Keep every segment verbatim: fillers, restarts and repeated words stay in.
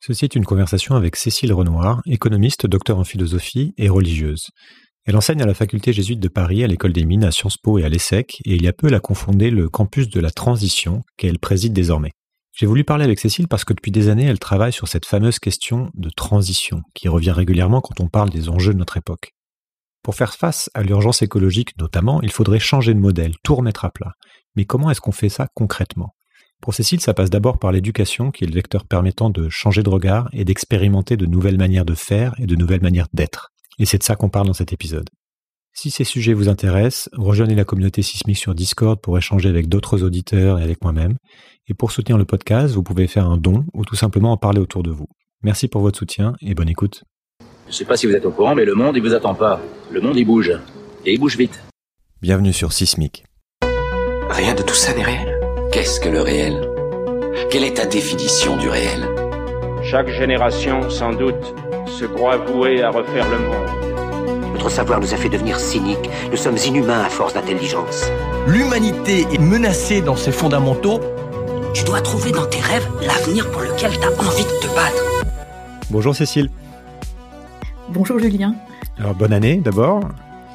Ceci est une conversation avec Cécile Renoir, économiste, docteur en philosophie et religieuse. Elle enseigne à la faculté jésuite de Paris, à l'école des mines, à Sciences Po et à l'ESSEC, et il y a peu elle a confondé le campus de la transition qu'elle préside désormais. J'ai voulu parler avec Cécile parce que depuis des années, elle travaille sur cette fameuse question de transition, qui revient régulièrement quand on parle des enjeux de notre époque. Pour faire face à l'urgence écologique notamment, il faudrait changer de modèle, tout remettre à plat. Mais comment est-ce qu'on fait ça concrètement ? Pour Cécile, ça passe d'abord par l'éducation, qui est le vecteur permettant de changer de regard et d'expérimenter de nouvelles manières de faire et de nouvelles manières d'être. Et c'est de ça qu'on parle dans cet épisode. Si ces sujets vous intéressent, rejoignez la communauté Sismic sur Discord pour échanger avec d'autres auditeurs et avec moi-même. Et pour soutenir le podcast, vous pouvez faire un don ou tout simplement en parler autour de vous. Merci pour votre soutien et bonne écoute. Je ne sais pas si vous êtes au courant, mais le monde, il vous attend pas. Le monde, il bouge. Et il bouge vite. Bienvenue sur Sismic. Rien de tout ça n'est réel. Qu'est-ce que le réel ? Quelle est ta définition du réel ? Chaque génération, sans doute, se croit vouée à refaire le monde. Notre savoir nous a fait devenir cyniques. Nous sommes inhumains à force d'intelligence. L'humanité est menacée dans ses fondamentaux. Tu dois trouver dans tes rêves l'avenir pour lequel tu as envie de te battre. Bonjour Cécile. Bonjour Julien. Alors bonne année d'abord.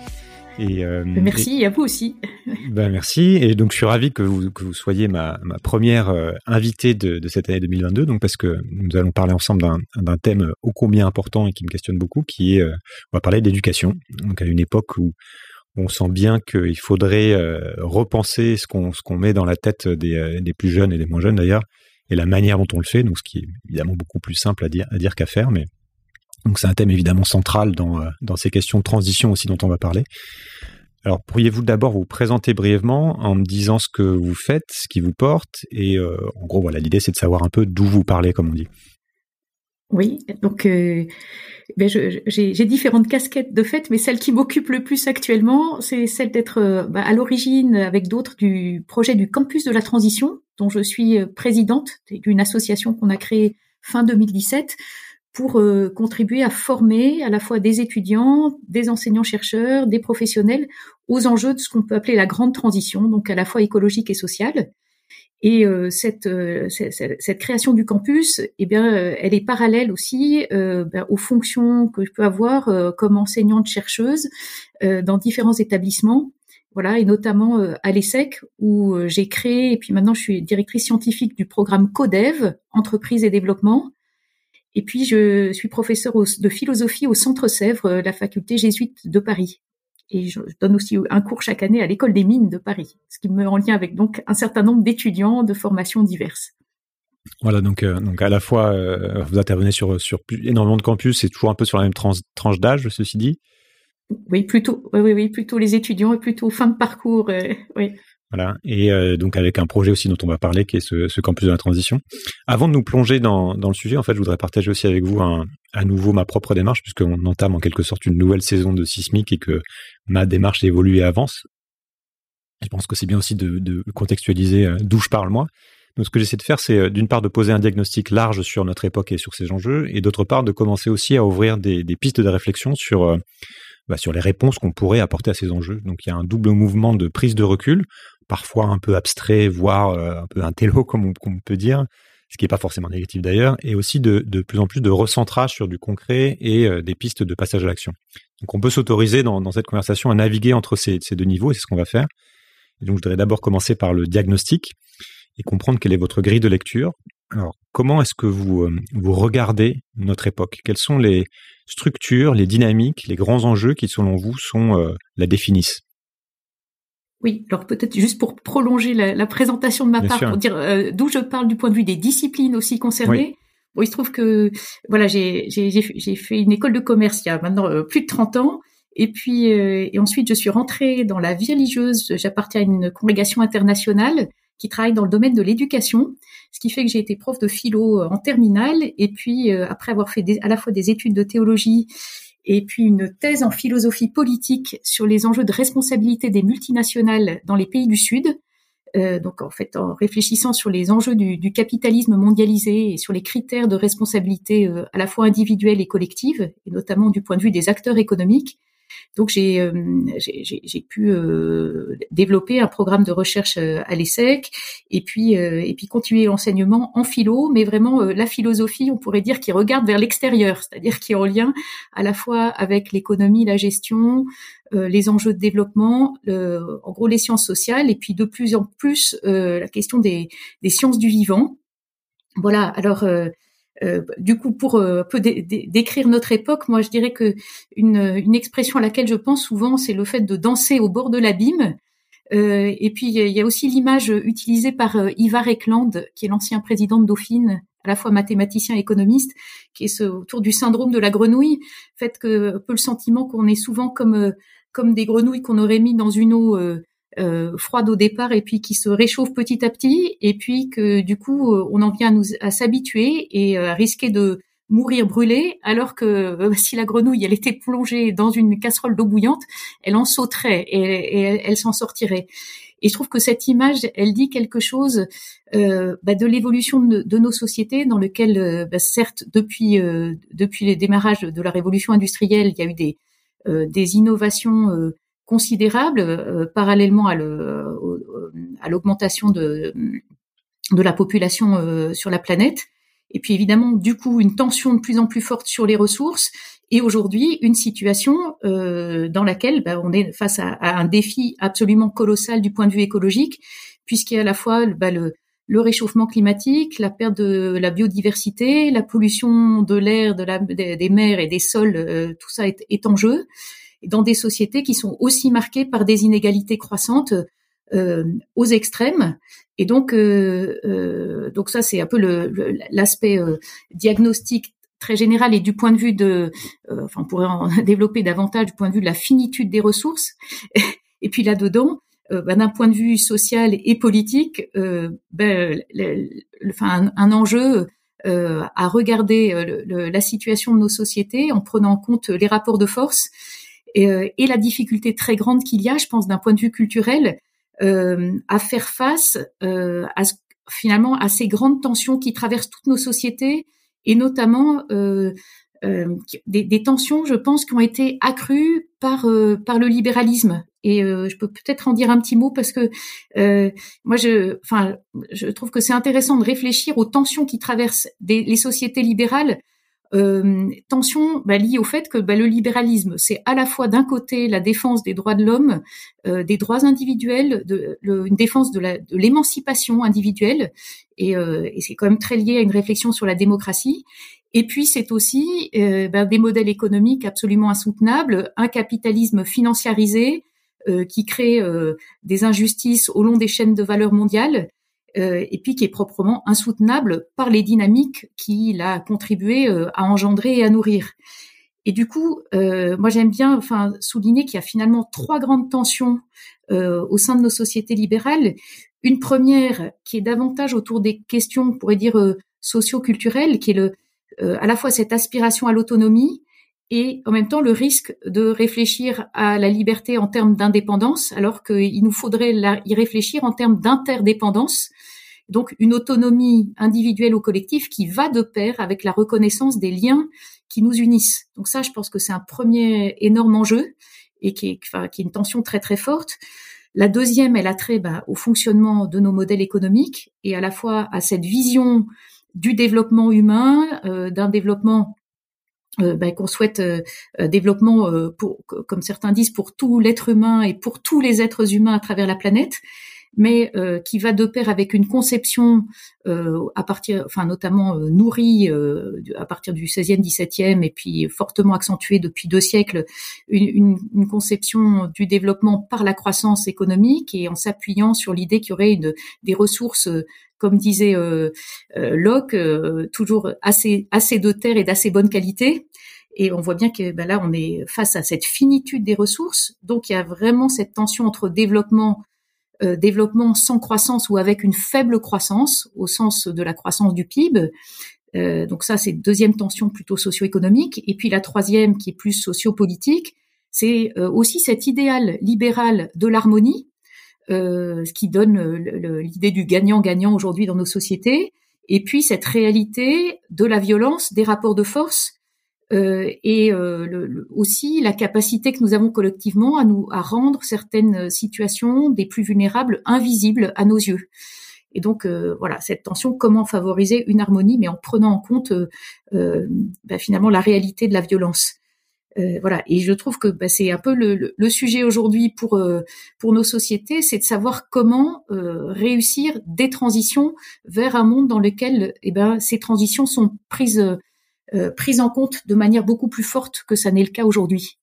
Et, euh, merci, et à vous aussi. Ben merci, et donc je suis ravi que vous, que vous soyez ma, ma première euh, invitée de, de cette année deux mille vingt-deux, donc parce que nous allons parler ensemble d'un, d'un thème ô combien important et qui me questionne beaucoup, qui est, euh, on va parler d'éducation, donc à une époque où on sent bien qu'il faudrait euh, repenser ce qu'on, ce qu'on met dans la tête des, euh, des plus jeunes et des moins jeunes d'ailleurs, et la manière dont on le fait, donc ce qui est évidemment beaucoup plus simple à dire, à dire qu'à faire, mais donc c'est un thème évidemment central dans, euh, dans ces questions de transition aussi dont on va parler. Alors pourriez-vous d'abord vous présenter brièvement en me disant ce que vous faites, ce qui vous porte, et euh, en gros voilà, l'idée c'est de savoir un peu d'où vous parlez, comme on dit. Oui, donc euh, ben je, j'ai, j'ai différentes casquettes de fait, mais celle qui m'occupe le plus actuellement, c'est celle d'être euh, bah, à l'origine avec d'autres du projet du campus de la transition, dont je suis présidente d'une association qu'on a créée fin deux mille dix-sept, pour euh, contribuer à former à la fois des étudiants, des enseignants-chercheurs, des professionnels aux enjeux de ce qu'on peut appeler la grande transition, donc à la fois écologique et sociale. Et euh, cette, euh, cette, cette création du campus, eh bien, euh, elle est parallèle aussi euh, ben, aux fonctions que je peux avoir euh, comme enseignante-chercheuse euh, dans différents établissements. Voilà, et notamment euh, à l'ESSEC où euh, j'ai créé, et puis maintenant je suis directrice scientifique du programme CODEV, Entreprise et Développement. Et puis, je suis professeure de philosophie au Centre Sèvres, la faculté jésuite de Paris. Et je donne aussi un cours chaque année à l'école des mines de Paris, ce qui me met en lien avec donc un certain nombre d'étudiants de formations diverses. Voilà, donc, euh, donc à la fois, euh, vous intervenez sur, sur énormément de campus, c'est toujours un peu sur la même trans, tranche d'âge, ceci dit. Oui, plutôt, oui, oui, oui, plutôt les étudiants et plutôt fin de parcours, euh, oui. Voilà, et euh, donc avec un projet aussi dont on va parler, qui est ce, ce campus de la transition. Avant de nous plonger dans, dans le sujet, en fait, je voudrais partager aussi avec vous un, à nouveau ma propre démarche, puisqu'on entame en quelque sorte une nouvelle saison de Sismic et que ma démarche évolue et avance. Je pense que c'est bien aussi de, de contextualiser euh, d'où je parle moi. Donc ce que j'essaie de faire, c'est euh, d'une part de poser un diagnostic large sur notre époque et sur ses enjeux, et d'autre part de commencer aussi à ouvrir des, des pistes de réflexion sur... Euh, bah, sur les réponses qu'on pourrait apporter à ces enjeux. Donc il y a un double mouvement de prise de recul, parfois un peu abstrait, voire euh, un peu intello, comme on, comme on peut dire, ce qui n'est pas forcément négatif d'ailleurs, et aussi de, de plus en plus de recentrage sur du concret et euh, des pistes de passage à l'action. Donc on peut s'autoriser dans, dans cette conversation à naviguer entre ces, ces deux niveaux, et c'est ce qu'on va faire. Et donc je voudrais d'abord commencer par le diagnostic et comprendre quelle est votre grille de lecture. Alors, comment est-ce que vous, euh, vous regardez notre époque ? Quelles sont les structures, les dynamiques, les grands enjeux qui, selon vous, sont, euh, la définissent ? Oui, alors peut-être juste pour prolonger la, la présentation de ma Bien part, sûr. pour dire euh, d'où je parle du point de vue des disciplines aussi concernées. Oui. Bon, il se trouve que voilà, j'ai, j'ai, j'ai fait une école de commerce il y a maintenant euh, plus de trente ans. Et puis, euh, et ensuite, je suis rentrée dans la vie religieuse. J'appartiens à une congrégation internationale qui travaille dans le domaine de l'éducation, ce qui fait que j'ai été prof de philo en terminale, et puis euh, après avoir fait des, à la fois des études de théologie et puis une thèse en philosophie politique sur les enjeux de responsabilité des multinationales dans les pays du Sud, euh, donc en fait en réfléchissant sur les enjeux du, du capitalisme mondialisé et sur les critères de responsabilité euh, à la fois individuelle et collective, et notamment du point de vue des acteurs économiques. Donc j'ai euh, j'ai, j'ai, j'ai pu euh, développer un programme de recherche euh, à l'ESSEC et puis euh, et puis continuer l'enseignement en philo, mais vraiment euh, la philosophie, on pourrait dire, qui regarde vers l'extérieur, c'est-à-dire qui est en lien à la fois avec l'économie, la gestion, euh, les enjeux de développement, euh, en gros les sciences sociales, et puis de plus en plus euh, la question des, des sciences du vivant. Voilà. Alors euh, Euh, du coup, pour euh, peu dé- dé- décrire notre époque, moi, je dirais que une, une expression à laquelle je pense souvent, c'est le fait de danser au bord de l'abîme. Euh, et puis, il y a aussi l'image utilisée par euh, Ivar Ekland, qui est l'ancien président de Dauphine, à la fois mathématicien et économiste, qui est ce, autour du syndrome de la grenouille, fait que un peu le sentiment qu'on est souvent comme euh, comme des grenouilles qu'on aurait mis dans une eau euh, Euh, froide au départ et puis qui se réchauffe petit à petit, et puis que du coup euh, on en vient à, nous, à s'habituer et euh, à risquer de mourir brûlée, alors que euh, si la grenouille elle était plongée dans une casserole d'eau bouillante, elle en sauterait et, et elle, elle s'en sortirait. Et je trouve que cette image, elle dit quelque chose euh, bah, de l'évolution de, de nos sociétés, dans lequel, euh, bah, certes, depuis euh, depuis les démarrages de la révolution industrielle, il y a eu des euh, des innovations euh, considérable euh, parallèlement à, le, euh, à l'augmentation de, de la population euh, sur la planète. Et puis évidemment, du coup, une tension de plus en plus forte sur les ressources. Et aujourd'hui, une situation euh, dans laquelle bah, on est face à, à un défi absolument colossal du point de vue écologique, puisqu'il y a à la fois bah, le, le réchauffement climatique, la perte de la biodiversité, la pollution de l'air, de la, des, des mers et des sols, euh, tout ça est, est en jeu. Dans des sociétés qui sont aussi marquées par des inégalités croissantes euh, aux extrêmes. Et donc, euh, euh, donc ça, c'est un peu le, le, l'aspect euh, diagnostic très général, et du point de vue de, euh, enfin, on pourrait en développer davantage du point de vue de la finitude des ressources. Et puis là-dedans, euh, ben, d'un point de vue social et politique, euh, ben, le, le, enfin, un, un enjeu euh, à regarder le, le, la situation de nos sociétés en prenant en compte les rapports de force. Et, euh, et la difficulté très grande qu'il y a, je pense, d'un point de vue culturel, euh, à faire face euh, à finalement à ces grandes tensions qui traversent toutes nos sociétés, et notamment euh, euh, des, des tensions, je pense, qui ont été accrues par euh, par le libéralisme. Et euh, je peux peut-être en dire un petit mot parce que euh, moi, je, enfin, je trouve que c'est intéressant de réfléchir aux tensions qui traversent des, les sociétés libérales. Euh, tension bah, liée au fait que bah, le libéralisme, c'est à la fois d'un côté la défense des droits de l'homme, euh, des droits individuels, de, le, une défense de, la, de l'émancipation individuelle, et, euh, et c'est quand même très lié à une réflexion sur la démocratie. Et puis c'est aussi euh, bah, des modèles économiques absolument insoutenables, un capitalisme financiarisé euh, qui crée euh, des injustices au long des chaînes de valeur mondiales. Euh, et puis qui est proprement insoutenable par les dynamiques qu'il a contribué euh, à engendrer et à nourrir. Et du coup, euh, moi j'aime bien enfin, souligner qu'il y a finalement trois grandes tensions euh, au sein de nos sociétés libérales. Une première qui est davantage autour des questions, on pourrait dire, euh, socio-culturelles, qui est le, euh, à la fois cette aspiration à l'autonomie, et en même temps le risque de réfléchir à la liberté en termes d'indépendance, alors qu'il nous faudrait la, y réfléchir en termes d'interdépendance. Donc une autonomie individuelle ou collective qui va de pair avec la reconnaissance des liens qui nous unissent. Donc ça, je pense que c'est un premier énorme enjeu, et qui est, enfin, qui est une tension très très forte. La deuxième, elle a trait bah, au fonctionnement de nos modèles économiques, et à la fois à cette vision du développement humain, euh, d'un développement Euh, ben, qu'on souhaite euh, développement, euh, pour, comme certains disent, pour tout l'être humain et pour tous les êtres humains à travers la planète, mais euh, qui va de pair avec une conception euh, à partir, enfin notamment euh, nourrie euh, à partir du seizième, dix-septième, et puis fortement accentuée depuis deux siècles, une, une, une conception du développement par la croissance économique, et en s'appuyant sur l'idée qu'il y aurait une, des ressources, comme disait euh, euh, Locke, euh, toujours assez assez de terre et d'assez bonne qualité. Et on voit bien que ben là, on est face à cette finitude des ressources. Donc, il y a vraiment cette tension entre développement, euh, développement sans croissance ou avec une faible croissance, au sens de la croissance du P I B. Euh, donc ça, c'est deuxième tension plutôt socio-économique. Et puis la troisième, qui est plus socio-politique, c'est euh, aussi cet idéal libéral de l'harmonie, euh, ce qui donne le, le, l'idée du gagnant-gagnant aujourd'hui dans nos sociétés. Et puis cette réalité de la violence, des rapports de force, euh, et euh, le, le, aussi la capacité que nous avons collectivement à nous à rendre certaines situations des plus vulnérables invisibles à nos yeux. Et donc euh, voilà, cette tension, comment favoriser une harmonie, mais en prenant en compte euh, euh, bah, finalement la réalité de la violence. Euh, voilà, et je trouve que bah, c'est un peu le, le, le sujet aujourd'hui pour euh, pour nos sociétés, c'est de savoir comment euh, réussir des transitions vers un monde dans lequel eh ben ces transitions sont prises euh, prises en compte de manière beaucoup plus forte que ça n'est le cas aujourd'hui.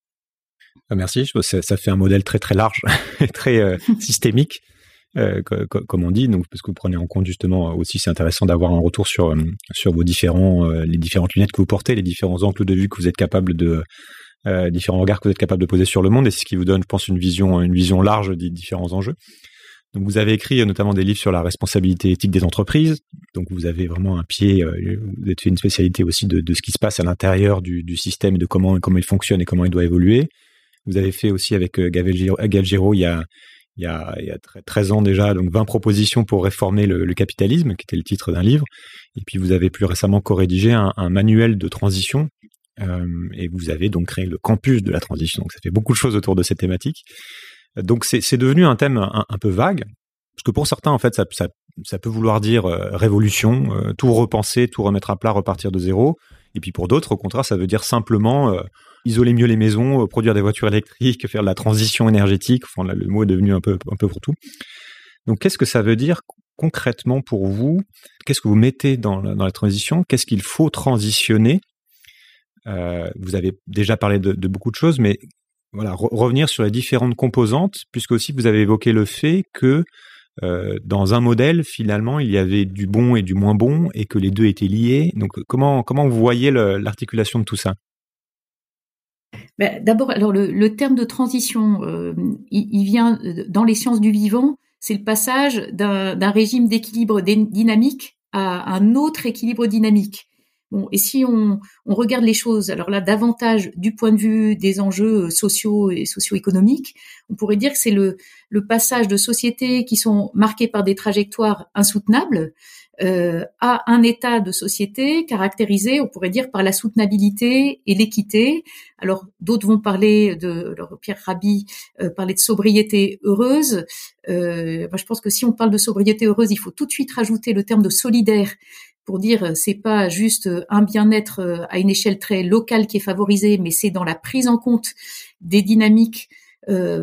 Merci, ça, ça fait un modèle très très large, très euh, systémique. Euh, comme on dit, donc parce que vous prenez en compte justement aussi, c'est intéressant d'avoir un retour sur sur vos différents euh, les différentes lunettes que vous portez, les différents angles de vue que vous êtes capable de euh, différents regards que vous êtes capable de poser sur le monde, et c'est ce qui vous donne, je pense, une vision une vision large des différents enjeux. Donc vous avez écrit notamment des livres sur la responsabilité éthique des entreprises. Donc vous avez vraiment un pied, euh, vous avez fait une spécialité aussi de de ce qui se passe à l'intérieur du du système et de comment comment il fonctionne et comment il doit évoluer. Vous avez fait aussi avec euh, Gabriel Giraud, Gabriel Giraud, il y a Il y a, il y a treize ans déjà, donc vingt propositions pour réformer le, le capitalisme, qui était le titre d'un livre. Et puis vous avez plus récemment co-rédigé un, un manuel de transition, euh, et vous avez donc créé le campus de la transition. Donc ça fait beaucoup de choses autour de cette thématique. Donc c'est, c'est devenu un thème un, un peu vague, parce que pour certains en fait ça, ça, ça peut vouloir dire euh, révolution, euh, tout repenser, tout remettre à plat, repartir de zéro. Et puis pour d'autres, au contraire, ça veut dire simplement euh, isoler mieux les maisons, euh, produire des voitures électriques, faire de la transition énergétique. Enfin, là, le mot est devenu un peu, un peu pour tout. Donc, qu'est-ce que ça veut dire concrètement pour vous? Qu'est-ce que vous mettez dans la, dans la transition? Qu'est-ce qu'il faut transitionner? euh, Vous avez déjà parlé de, de beaucoup de choses, mais voilà, re- revenir sur les différentes composantes, puisque aussi vous avez évoqué le fait que Euh, dans un modèle, finalement, il y avait du bon et du moins bon, et que les deux étaient liés. Donc, comment comment vous voyez le, l'articulation de tout ça? Ben, d'abord, alors le, le terme de transition, euh, il, il vient dans les sciences du vivant. C'est le passage d'un, d'un régime d'équilibre dé- dynamique à un autre équilibre dynamique. Bon, et si on, on regarde les choses, alors là, davantage du point de vue des enjeux sociaux et socio-économiques, on pourrait dire que c'est le, le passage de sociétés qui sont marquées par des trajectoires insoutenables euh, à un état de société caractérisé, on pourrait dire, par la soutenabilité et l'équité. Alors, d'autres vont parler de, alors Pierre Rabhi euh, parlait de sobriété heureuse. Euh, moi, je pense que si on parle de sobriété heureuse, il faut tout de suite rajouter le terme de solidaire, pour dire c'est pas juste un bien-être à une échelle très locale qui est favorisé, mais c'est dans la prise en compte des dynamiques euh,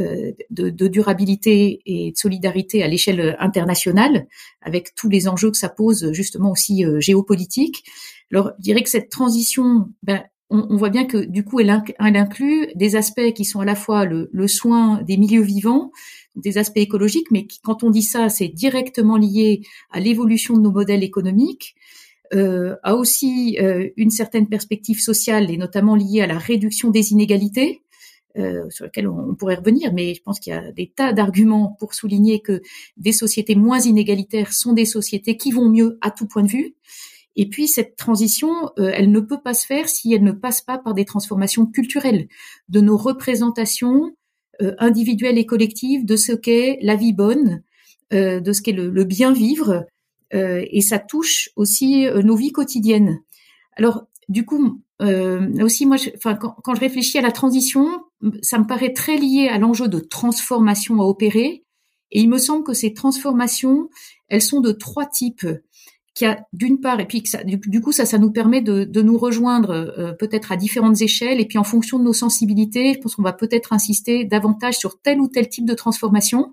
de, de durabilité et de solidarité à l'échelle internationale, avec tous les enjeux que ça pose justement aussi euh, géopolitiques. Alors, je dirais que cette transition, ben, on, on voit bien que du coup, elle, inc- elle inclut des aspects qui sont à la fois le, le soin des milieux vivants, des aspects écologiques, mais qui, quand on dit ça, c'est directement lié à l'évolution de nos modèles économiques, euh, a aussi euh, une certaine perspective sociale, et notamment liée à la réduction des inégalités, euh, sur lesquelles on, on pourrait revenir, mais je pense qu'il y a des tas d'arguments pour souligner que des sociétés moins inégalitaires sont des sociétés qui vont mieux à tout point de vue. Et puis cette transition, euh, elle ne peut pas se faire si elle ne passe pas par des transformations culturelles de nos représentations Euh, individuelle et collective de ce qu'est la vie bonne, euh, de ce qu'est le, le bien vivre, euh, et ça touche aussi euh, nos vies quotidiennes. Alors, du coup, euh, aussi, moi, je, enfin, quand, quand je réfléchis à la transition, ça me paraît très lié à l'enjeu de transformation à opérer, et il me semble que ces transformations, elles sont de trois types. Qu'il y a d'une part, et puis que ça, du, du coup ça, ça nous permet de, de nous rejoindre euh, peut-être à différentes échelles, et puis en fonction de nos sensibilités, je pense qu'on va peut-être insister davantage sur tel ou tel type de transformation.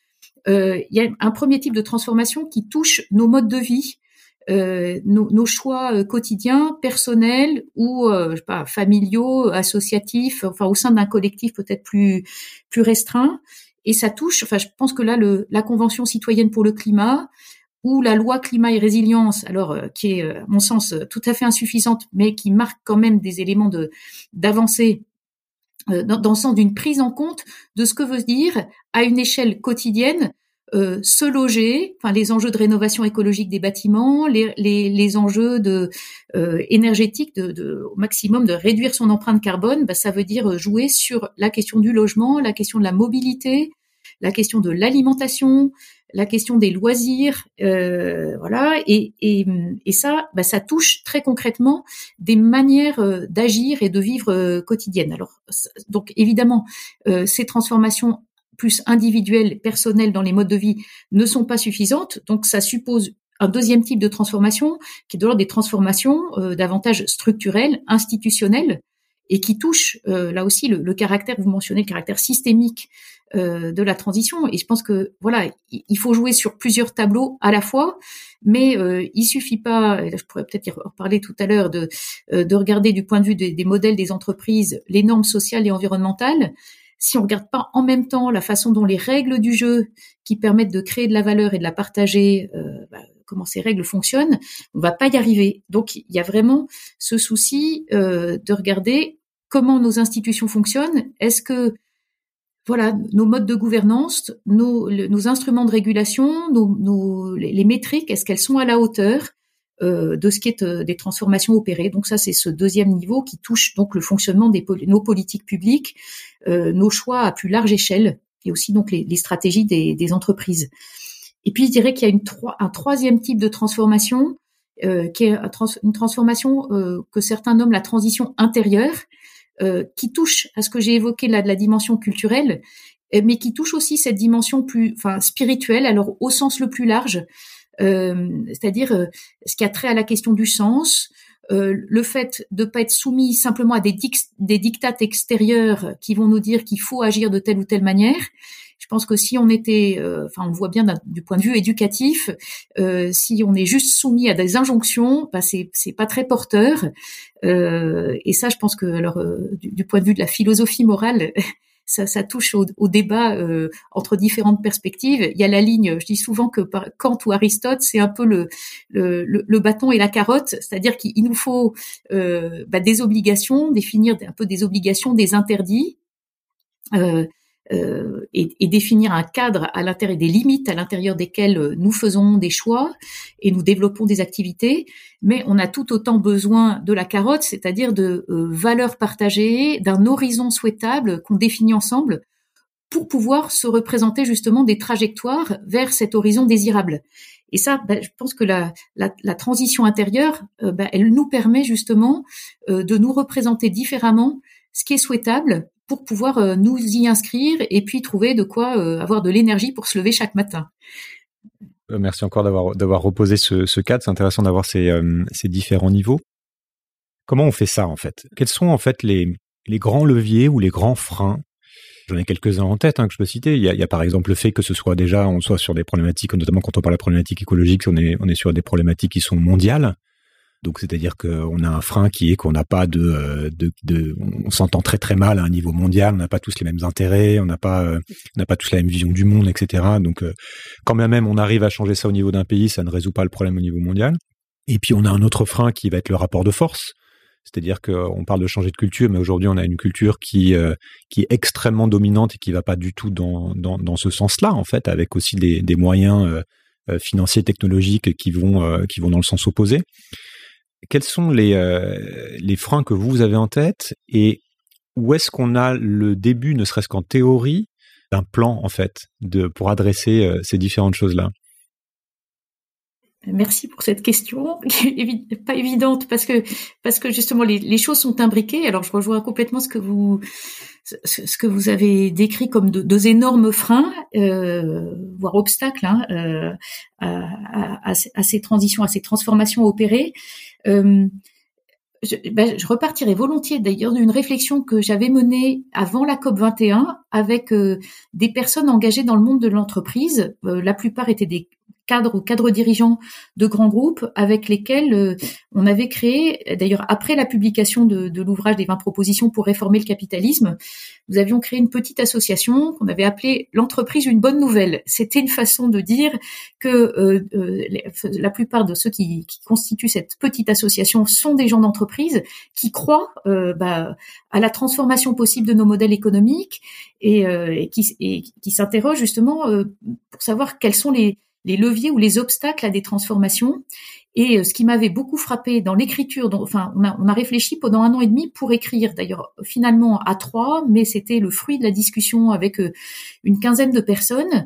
Euh, il y a un premier type de transformation qui touche nos modes de vie, euh, nos, nos choix euh, quotidiens, personnels ou euh, je sais pas, familiaux, associatifs, enfin au sein d'un collectif peut-être plus plus restreint. Et ça touche, enfin je pense que là le, la Convention citoyenne pour le climat ou la loi climat et résilience, alors euh, qui est, à mon sens, tout à fait insuffisante, mais qui marque quand même des éléments de d'avancée euh, dans, dans le sens d'une prise en compte de ce que veut dire, à une échelle quotidienne, euh, se loger, enfin les enjeux de rénovation écologique des bâtiments, les les, les enjeux de euh, énergétiques, de, de au maximum de réduire son empreinte carbone. Bah, ça veut dire jouer sur la question du logement, la question de la mobilité, la question de l'alimentation, la question des loisirs, euh, voilà, et, et, et ça, bah, ça touche très concrètement des manières euh, d'agir et de vivre euh, quotidiennes. Alors, donc évidemment, euh, ces transformations plus individuelles, personnelles dans les modes de vie ne sont pas suffisantes, donc ça suppose un deuxième type de transformation qui est de l'ordre des transformations euh, davantage structurelles, institutionnelles, et qui touchent euh, là aussi le, le caractère, vous mentionnez le caractère systémique euh, de la transition. Et je pense que voilà, il faut jouer sur plusieurs tableaux à la fois, mais euh, il suffit pas. Et là, je pourrais peut-être y reparler tout à l'heure de euh, de regarder du point de vue des, des modèles des entreprises les normes sociales et environnementales. Si on regarde pas en même temps la façon dont les règles du jeu qui permettent de créer de la valeur et de la partager, euh, bah, comment ces règles fonctionnent, on va pas y arriver. Donc, il y a vraiment ce souci euh, de regarder comment nos institutions fonctionnent. Est-ce que, voilà, nos modes de gouvernance, nos, le, nos instruments de régulation, nos, nos, les, les métriques, est-ce qu'elles sont à la hauteur euh, de ce qui est euh, des transformations opérées? Donc ça, c'est ce deuxième niveau qui touche donc le fonctionnement des nos politiques publiques, euh, nos choix à plus large échelle, et aussi donc les, les stratégies des, des entreprises. Et puis, je dirais qu'il y a une, un troisième type de transformation, euh, qui est une transformation euh, que certains nomment la transition intérieure, euh, qui touche à ce que j'ai évoqué là de la dimension culturelle, mais qui touche aussi cette dimension plus, enfin, spirituelle, alors au sens le plus large, euh, c'est-à-dire euh, ce qui a trait à la question du sens, euh, le fait de pas être soumis simplement à des, dic- des dictats extérieurs qui vont nous dire qu'il faut agir de telle ou telle manière. Je pense que si on était, euh, enfin, on le voit bien du point de vue éducatif, euh, si on est juste soumis à des injonctions, bah c'est c'est pas très porteur. Euh, et ça, je pense que, alors, euh, du, du point de vue de la philosophie morale, ça, ça touche au, au débat euh, entre différentes perspectives. Il y a la ligne, je dis souvent que par Kant ou Aristote, c'est un peu le le, le, le bâton et la carotte, c'est-à-dire qu'il nous faut euh, bah, des obligations, définir un peu des obligations, des interdits. Euh, Euh, et, et définir un cadre à l'intérieur des limites à l'intérieur desquelles nous faisons des choix et nous développons des activités, mais on a tout autant besoin de la carotte, c'est-à-dire de euh, valeurs partagées, d'un horizon souhaitable qu'on définit ensemble pour pouvoir se représenter justement des trajectoires vers cet horizon désirable. Et ça, ben, je pense que la, la, la transition intérieure, euh, ben, elle nous permet justement euh, de nous représenter différemment ce qui est souhaitable pour pouvoir euh, nous y inscrire et puis trouver de quoi euh, avoir de l'énergie pour se lever chaque matin. Merci encore d'avoir d'avoir reposé ce, ce cadre. C'est intéressant d'avoir ces, euh, ces différents niveaux. Comment on fait ça en fait? Quels sont en fait les, les grands leviers ou les grands freins? J'en ai quelques-uns en tête hein, que je peux citer. Il y, a, il y a par exemple le fait que ce soit déjà, on soit sur des problématiques, notamment quand on parle de problématiques écologiques, on est, on est sur des problématiques qui sont mondiales. Donc, c'est-à-dire qu'on a un frein qui est qu'on n'a pas de, de, de, on s'entend très très mal à un niveau mondial, on n'a pas tous les mêmes intérêts, on n'a pas, euh, on n'a pas tous la même vision du monde, et cetera. Donc, euh, quand même on arrive à changer ça au niveau d'un pays, ça ne résout pas le problème au niveau mondial. Et puis, on a un autre frein qui va être le rapport de force. C'est-à-dire qu'on parle de changer de culture, mais aujourd'hui, on a une culture qui, euh, qui est extrêmement dominante et qui va pas du tout dans, dans, dans ce sens-là, en fait, avec aussi des, des moyens euh, financiers, technologiques qui vont, euh, qui vont dans le sens opposé. Quels sont les, euh, les freins que vous avez en tête et où est-ce qu'on a le début, ne serait-ce qu'en théorie, d'un plan en fait de, pour adresser euh, ces différentes choses-là? Merci pour cette question, qui est pas évidente parce que parce que justement les, les choses sont imbriquées. Alors je rejoins complètement ce que vous ce, ce que vous avez décrit comme de, deux énormes freins, euh, voire obstacles, hein, euh, à, à, à ces transitions, à ces transformations opérées. Euh, je, ben, je repartirai volontiers d'ailleurs d'une réflexion que j'avais menée avant la COP vingt et un avec euh, des personnes engagées dans le monde de l'entreprise. Euh, la plupart étaient des cadres ou cadres dirigeants de grands groupes avec lesquels euh, on avait créé, d'ailleurs après la publication de, de l'ouvrage des vingt propositions pour réformer le capitalisme, nous avions créé une petite association qu'on avait appelée l'entreprise une bonne nouvelle. C'était une façon de dire que euh, euh, la plupart de ceux qui, qui constituent cette petite association sont des gens d'entreprise qui croient euh, bah, à la transformation possible de nos modèles économiques et, euh, et qui, et, qui s'interrogent justement euh, pour savoir quels sont les les leviers ou les obstacles à des transformations. Et ce qui m'avait beaucoup frappé dans l'écriture, donc, enfin, on a, on a réfléchi pendant un an et demi pour écrire, d'ailleurs, finalement à trois, mais c'était le fruit de la discussion avec une quinzaine de personnes.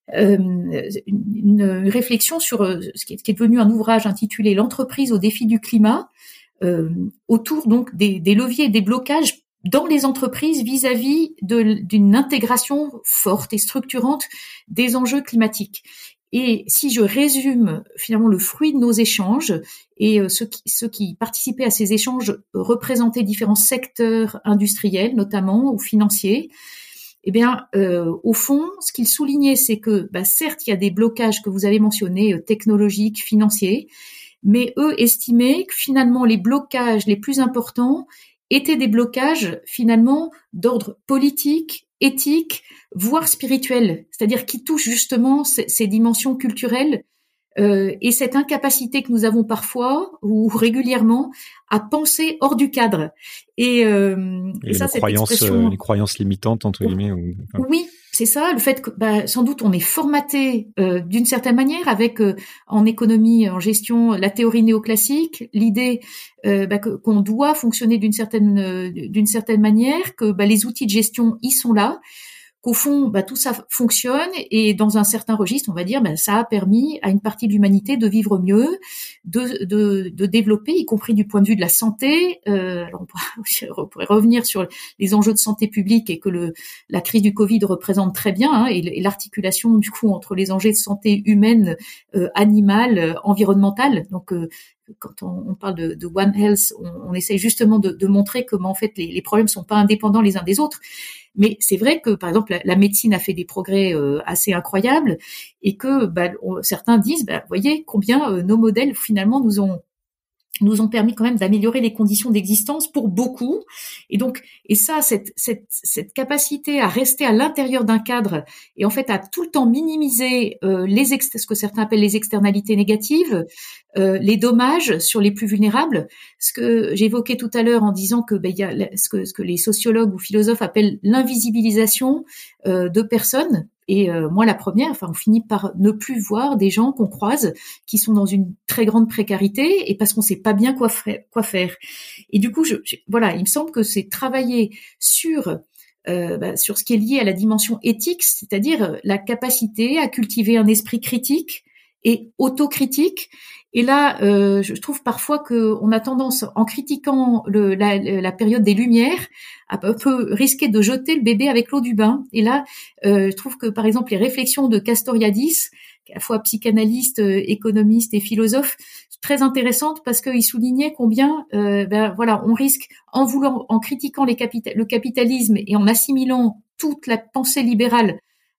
euh, une, une réflexion sur ce qui est, ce qui est devenu un ouvrage intitulé L'entreprise au défi du climat, euh, autour donc des, des leviers et des blocages dans les entreprises vis-à-vis de, d'une intégration forte et structurante des enjeux climatiques. Et si je résume finalement le fruit de nos échanges, et euh, ceux, qui, ceux qui participaient à ces échanges représentaient différents secteurs industriels notamment ou financiers, eh bien, euh, au fond, ce qu'ils soulignaient, c'est que bah, certes, il y a des blocages que vous avez mentionnés, euh, technologiques, financiers, mais eux estimaient que finalement les blocages les plus importants étaient des blocages finalement d'ordre politique, éthique, voire spirituel, c'est-à-dire qui touchent justement ces, ces dimensions culturelles euh, et cette incapacité que nous avons parfois ou régulièrement à penser hors du cadre. Et, euh, et, et ça, les cette croyances, expression... euh, les croyances limitantes entre guillemets. Ou... Enfin... Oui, c'est ça, le fait que bah, sans doute on est formaté euh, d'une certaine manière avec euh, en économie, en gestion, la théorie néoclassique, l'idée euh, bah, que, qu'on doit fonctionner d'une certaine euh, d'une certaine manière, que bah, les outils de gestion y sont là, qu'au fond bah, tout ça fonctionne et dans un certain registre, on va dire, bah, ça a permis à une partie de l'humanité de vivre mieux, de, de, de développer, y compris du point de vue de la santé. Euh, alors on pourrait, on pourrait revenir sur les enjeux de santé publique et que le, la crise du Covid représente très bien, hein, et, et l'articulation du coup entre les enjeux de santé humaine, euh, animale, euh, environnementale. Donc euh, quand on, on parle de, de One Health, on, on essaye justement de, de montrer comment en fait les, les problèmes sont pas indépendants les uns des autres. Mais c'est vrai que, par exemple, la, la médecine a fait des progrès euh, assez incroyables et que bah, on, certains disent, bah, voyez combien euh, nos modèles finalement nous ont nous ont permis quand même d'améliorer les conditions d'existence pour beaucoup. Et donc, et ça, cette, cette, cette capacité à rester à l'intérieur d'un cadre et en fait à tout le temps minimiser euh, les ex- ce que certains appellent les externalités négatives, euh, les dommages sur les plus vulnérables. Ce que j'évoquais tout à l'heure en disant que ben, il y a ce que, ce que les sociologues ou philosophes appellent l'invisibilisation euh, de personnes. Et euh, moi, la première, enfin, on finit par ne plus voir des gens qu'on croise qui sont dans une très grande précarité et parce qu'on sait pas bien quoi, fra- quoi faire. Et du coup, je, je, voilà, il me semble que c'est travailler sur euh, bah, sur ce qui est lié à la dimension éthique, c'est-à-dire la capacité à cultiver un esprit critique et autocritique. Et là, euh, je trouve parfois qu'on a tendance, en critiquant le, la, la période des Lumières, à peu risquer de jeter le bébé avec l'eau du bain. Et là, euh, je trouve que, par exemple, les réflexions de Castoriadis, à la fois psychanalyste, économiste et philosophe, sont très intéressantes parce qu'il soulignait combien, euh, ben voilà, on risque, en voulant, en critiquant les capita- le capitalisme et en assimilant toute la pensée libérale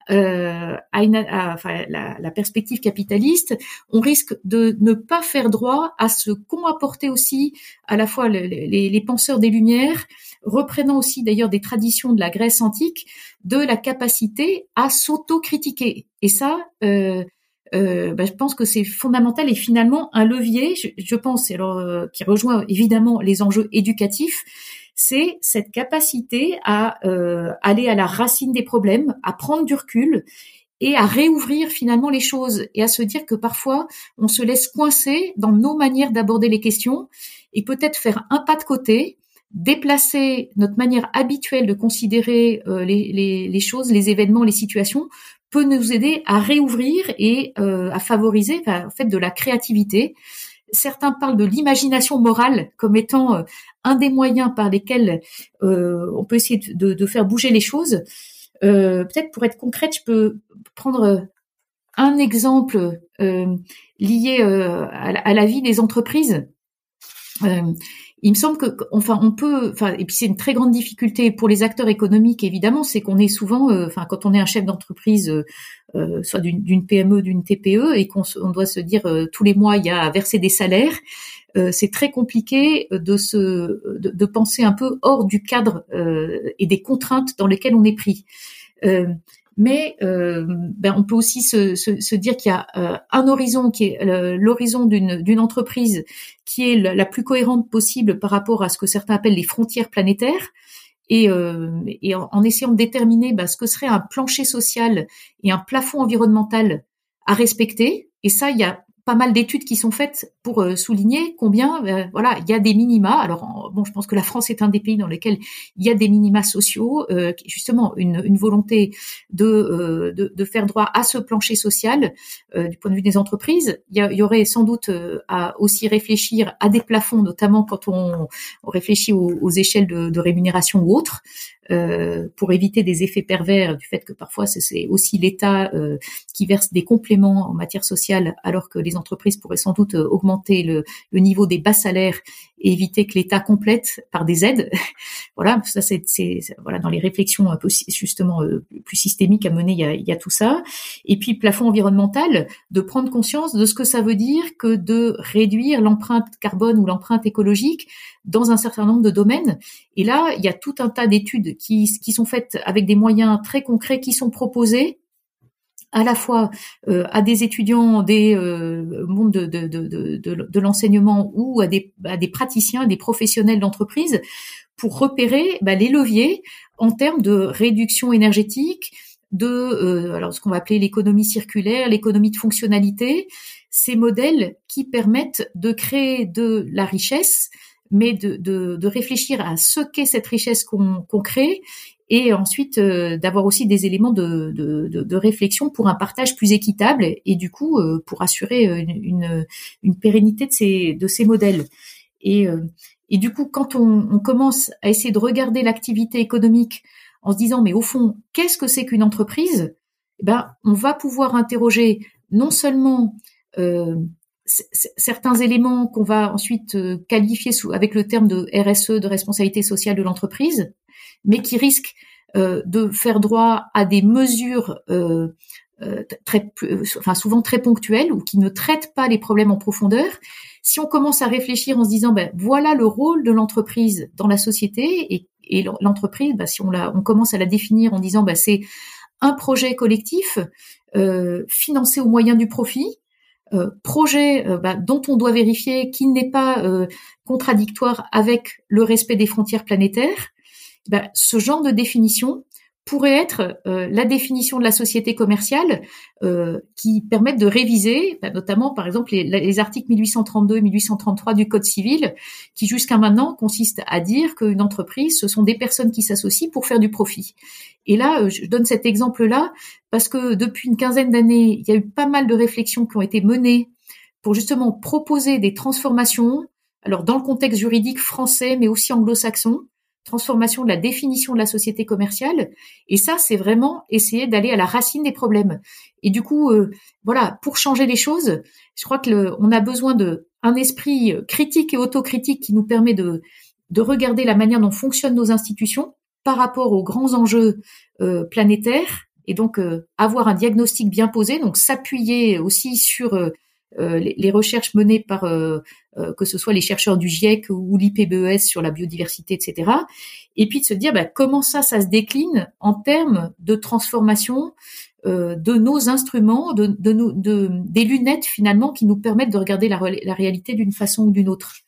Euh, à, une, à enfin, la, la perspective capitaliste, on risque de ne pas faire droit à ce qu'ont apporté aussi à la fois les, les, les penseurs des Lumières, reprenant aussi d'ailleurs des traditions de la Grèce antique, de la capacité à s'auto-critiquer. Et ça, euh, euh, bah, je pense que c'est fondamental et finalement un levier, je, je pense, alors, euh, qui rejoint évidemment les enjeux éducatifs, c'est cette capacité à euh, aller à la racine des problèmes, à prendre du recul et à réouvrir finalement les choses et à se dire que parfois on se laisse coincer dans nos manières d'aborder les questions et peut-être faire un pas de côté, déplacer notre manière habituelle de considérer euh, les, les, les choses, les événements, les situations peut nous aider à réouvrir et euh, à favoriser enfin, en fait de la créativité. Certains parlent de l'imagination morale comme étant euh, un des moyens par lesquels euh, on peut essayer de, de faire bouger les choses. Euh, peut-être pour être concrète, je peux prendre un exemple euh, lié euh, à, la, à la vie des entreprises. Euh, il me semble que, enfin, on peut, enfin, et puis c'est une très grande difficulté pour les acteurs économiques évidemment, c'est qu'on est souvent, euh, enfin, quand on est un chef d'entreprise, euh, euh, soit d'une, d'une P M E, d'une T P E, et qu'on on doit se dire euh, tous les mois il y a à verser des salaires, euh, c'est très compliqué de se, de, de penser un peu hors du cadre euh, et des contraintes dans lesquelles on est pris. Euh, Mais euh, ben on peut aussi se, se, se dire qu'il y a euh, un horizon qui est euh, l'horizon d'une, d'une entreprise qui est la, la plus cohérente possible par rapport à ce que certains appellent les frontières planétaires, et, euh, et en, en essayant de déterminer ben, ce que serait un plancher social et un plafond environnemental à respecter. Et ça, il y a pas mal d'études qui sont faites pour euh, souligner combien, euh, voilà, il y a des minima. Alors bon, je pense que la France est un des pays dans lesquels il y a des minima sociaux, euh, justement une, une volonté de, euh, de de faire droit à ce plancher social euh, du point de vue des entreprises. Il y, a, il y aurait sans doute euh, à aussi réfléchir à des plafonds, notamment quand on, on réfléchit aux, aux échelles de, de rémunération ou autres. Euh, pour éviter des effets pervers du fait que parfois c'est, c'est aussi l'État euh, qui verse des compléments en matière sociale alors que les entreprises pourraient sans doute euh, augmenter le, le niveau des bas salaires et éviter que l'État complète par des aides. Voilà, ça c'est, c'est voilà dans les réflexions un peu justement euh, plus systémiques à mener, il y a, il y a tout ça. Et puis plafond environnemental, de prendre conscience de ce que ça veut dire que de réduire l'empreinte carbone ou l'empreinte écologique dans un certain nombre de domaines. Et là, il y a tout un tas d'études qui, qui sont faites avec des moyens très concrets qui sont proposés à la fois euh, à des étudiants des euh, mondes de, de, de, de, de l'enseignement ou à des, à des praticiens, à des professionnels d'entreprise pour repérer bah, les leviers en termes de réduction énergétique, de euh, alors ce qu'on va appeler l'économie circulaire, l'économie de fonctionnalité, ces modèles qui permettent de créer de la richesse, mais de, de, de réfléchir à ce qu'est cette richesse qu'on, qu'on crée, et ensuite euh, d'avoir aussi des éléments de, de, de, de réflexion pour un partage plus équitable, et du coup euh, pour assurer une, une, une pérennité de ces, de ces modèles. Et, euh, et du coup, quand on, on commence à essayer de regarder l'activité économique en se disant, mais au fond, qu'est-ce que c'est qu'une entreprise ? Eh ben, on va pouvoir interroger non seulement euh, certains éléments qu'on va ensuite euh, qualifier sous, avec le terme de R S E, de responsabilité sociale de l'entreprise, mais qui risquent euh, de faire droit à des mesures euh, euh, très, euh, enfin souvent très ponctuelles ou qui ne traitent pas les problèmes en profondeur. Si on commence à réfléchir en se disant, ben voilà le rôle de l'entreprise dans la société, et, et l'entreprise, ben, si on la, on commence à la définir en disant, ben c'est un projet collectif euh, financé au moyen du profit. Euh, projet euh, bah, dont on doit vérifier qu'il n'est pas euh, contradictoire avec le respect des frontières planétaires, bah, ce genre de définition pourrait être euh, la définition de la société commerciale euh, qui permettent de réviser, bah, notamment par exemple les, les articles mille huit cent trente-deux et mille huit cent trente-trois du Code civil, qui jusqu'à maintenant consistent à dire qu'une entreprise, ce sont des personnes qui s'associent pour faire du profit. Et là, je donne cet exemple-là parce que depuis une quinzaine d'années, il y a eu pas mal de réflexions qui ont été menées pour justement proposer des transformations, alors dans le contexte juridique français, mais aussi anglo-saxon, transformation de la définition de la société commerciale. Et ça, c'est vraiment essayer d'aller à la racine des problèmes. Et du coup, euh, voilà, pour changer les choses, je crois que le, on a besoin de un esprit critique et autocritique qui nous permet de, de regarder la manière dont fonctionnent nos institutions par rapport aux grands enjeux euh, planétaires, et donc euh, avoir un diagnostic bien posé, donc s'appuyer aussi sur euh, euh, les, les recherches menées par euh, euh, que ce soit les chercheurs du GIEC ou l'I P B E S sur la biodiversité, et cetera. Et puis de se dire bah, comment ça, ça se décline en termes de transformation euh, de nos instruments, de, de, de, de des lunettes finalement qui nous permettent de regarder la, la réalité d'une façon ou d'une autre.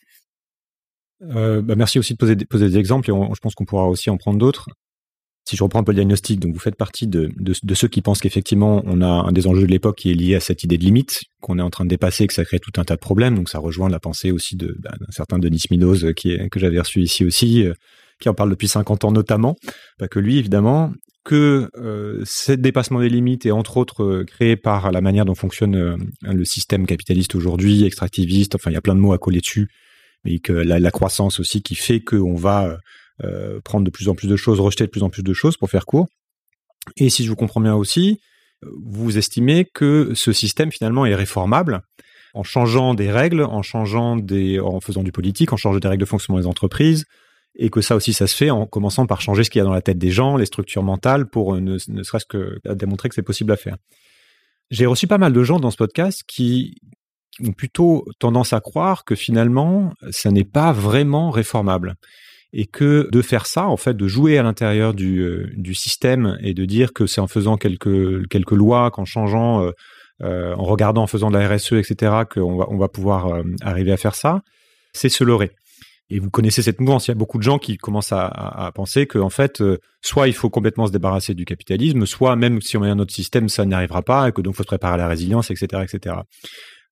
Euh, bah merci aussi de poser, poser des exemples, et on, je pense qu'on pourra aussi en prendre d'autres. Si je reprends un peu le diagnostic, donc vous faites partie de, de, de ceux qui pensent qu'effectivement on a un des enjeux de l'époque qui est lié à cette idée de limite, qu'on est en train de dépasser, que ça crée tout un tas de problèmes. Donc ça rejoint la pensée aussi de bah, d'un certain Denis Meadows qui est, que j'avais reçu ici aussi, euh, qui en parle depuis cinquante ans notamment. Bah, que lui évidemment, que euh, ce dépassement des limites est entre autres euh, créé par la manière dont fonctionne euh, le système capitaliste aujourd'hui, extractiviste. Enfin il y a plein de mots à coller dessus. Mais que la, la croissance aussi qui fait qu'on va euh, prendre de plus en plus de choses, rejeter de plus en plus de choses pour faire court. Et si je vous comprends bien aussi, vous estimez que ce système finalement est réformable en changeant des règles, en changeant des, en faisant du politique, en changeant des règles de fonctionnement des entreprises, et que ça aussi ça se fait en commençant par changer ce qu'il y a dans la tête des gens, les structures mentales, pour ne, ne serait-ce que démontrer que c'est possible à faire. J'ai reçu pas mal de gens dans ce podcast qui ont plutôt tendance à croire que finalement, ça n'est pas vraiment réformable. Et que de faire ça, en fait, de jouer à l'intérieur du, euh, du système et de dire que c'est en faisant quelques, quelques lois, qu'en changeant, euh, euh, en regardant, en faisant de la R S E, et cetera, qu'on va, on va pouvoir euh, arriver à faire ça, c'est se leurrer. Et vous connaissez cette mouvance, il y a beaucoup de gens qui commencent à, à, à penser qu'en fait, euh, soit il faut complètement se débarrasser du capitalisme, soit même si on met un autre système, ça n'y arrivera pas, et que donc il faut se préparer à la résilience, et cetera, et cetera.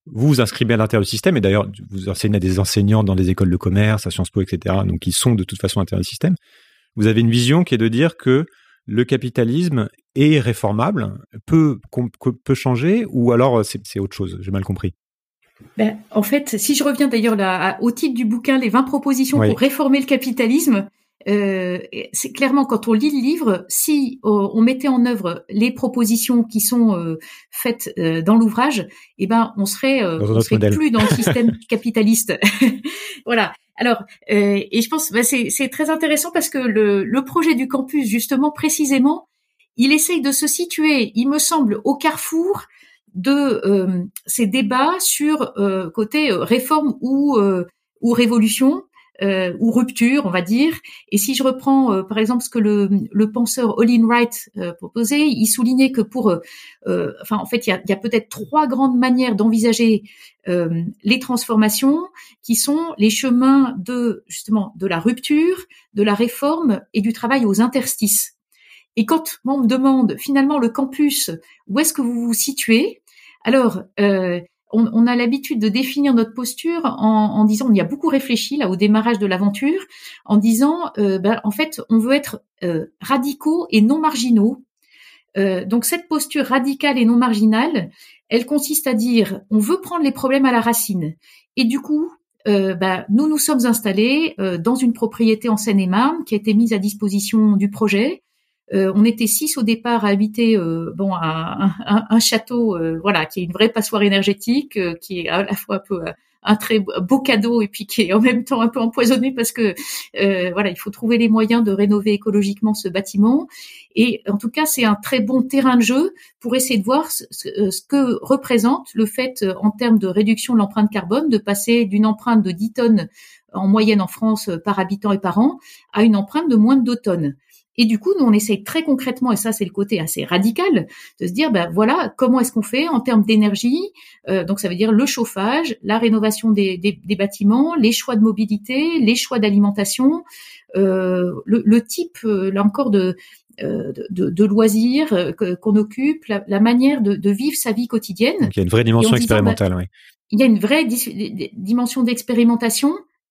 vous vous inscrivez à l'intérieur du système, et d'ailleurs, vous enseignez à des enseignants dans des écoles de commerce, à Sciences Po, et cetera, donc qui sont de toute façon à l'intérieur du système. Vous avez une vision qui est de dire que le capitalisme est réformable, peut, peut changer, ou alors c'est, c'est autre chose? J'ai mal compris. Ben, en fait, si je reviens d'ailleurs là, au titre du bouquin, les vingt propositions oui. pour réformer le capitalisme, euh, c'est clairement quand on lit le livre, si euh, on mettait en œuvre les propositions qui sont euh, faites euh, dans l'ouvrage, eh ben on serait, euh, on serait plus dans le système capitaliste. Voilà. Alors, euh, et je pense, bah, c'est, c'est très intéressant parce que le, le projet du campus, justement, précisément, il essaye de se situer, il me semble, au carrefour de euh, ces débats sur euh, côté euh, réforme ou euh, ou révolution euh, ou rupture, on va dire. Et si je reprends, euh, par exemple, ce que le, le penseur Olin Wright euh, proposait, il soulignait que pour, euh, enfin, en fait, il y a, il y a peut-être trois grandes manières d'envisager euh, les transformations, qui sont les chemins de justement de la rupture, de la réforme et du travail aux interstices. Et quand on me demande finalement le campus, où est-ce que vous vous situez? Alors, euh, on, on a l'habitude de définir notre posture en, en disant, on y a beaucoup réfléchi là au démarrage de l'aventure, en disant, euh, ben, en fait, on veut être euh, radicaux et non marginaux. Euh, donc cette posture radicale et non marginale, elle consiste à dire, on veut prendre les problèmes à la racine. Et du coup, euh, ben, nous nous sommes installés euh, dans une propriété en Seine-et-Marne qui a été mise à disposition du projet. Euh, on était six au départ à habiter euh, bon un, un, un château euh, voilà qui est une vraie passoire énergétique, euh, qui est à la fois un peu euh, un très beau cadeau et puis qui est en même temps un peu empoisonné parce que euh, voilà il faut trouver les moyens de rénover écologiquement ce bâtiment. Et en tout cas c'est un très bon terrain de jeu pour essayer de voir ce, ce, ce que représente le fait euh, en termes de réduction de l'empreinte carbone de passer d'une empreinte de dix tonnes en moyenne en France euh, par habitant et par an à une empreinte de moins de deux tonnes. Et du coup, nous, on essaye très concrètement, et ça, c'est le côté assez radical, de se dire, ben voilà, comment est-ce qu'on fait en termes d'énergie? euh, Donc, ça veut dire le chauffage, la rénovation des, des, des bâtiments, les choix de mobilité, les choix d'alimentation, euh, le, le type, euh, là encore, de, euh, de, de loisirs euh, qu'on occupe, la, la manière de, de vivre sa vie quotidienne. Donc, il y a une vraie dimension expérimentale, ben, oui. Il y a une vraie dis- dimension d'expérimentation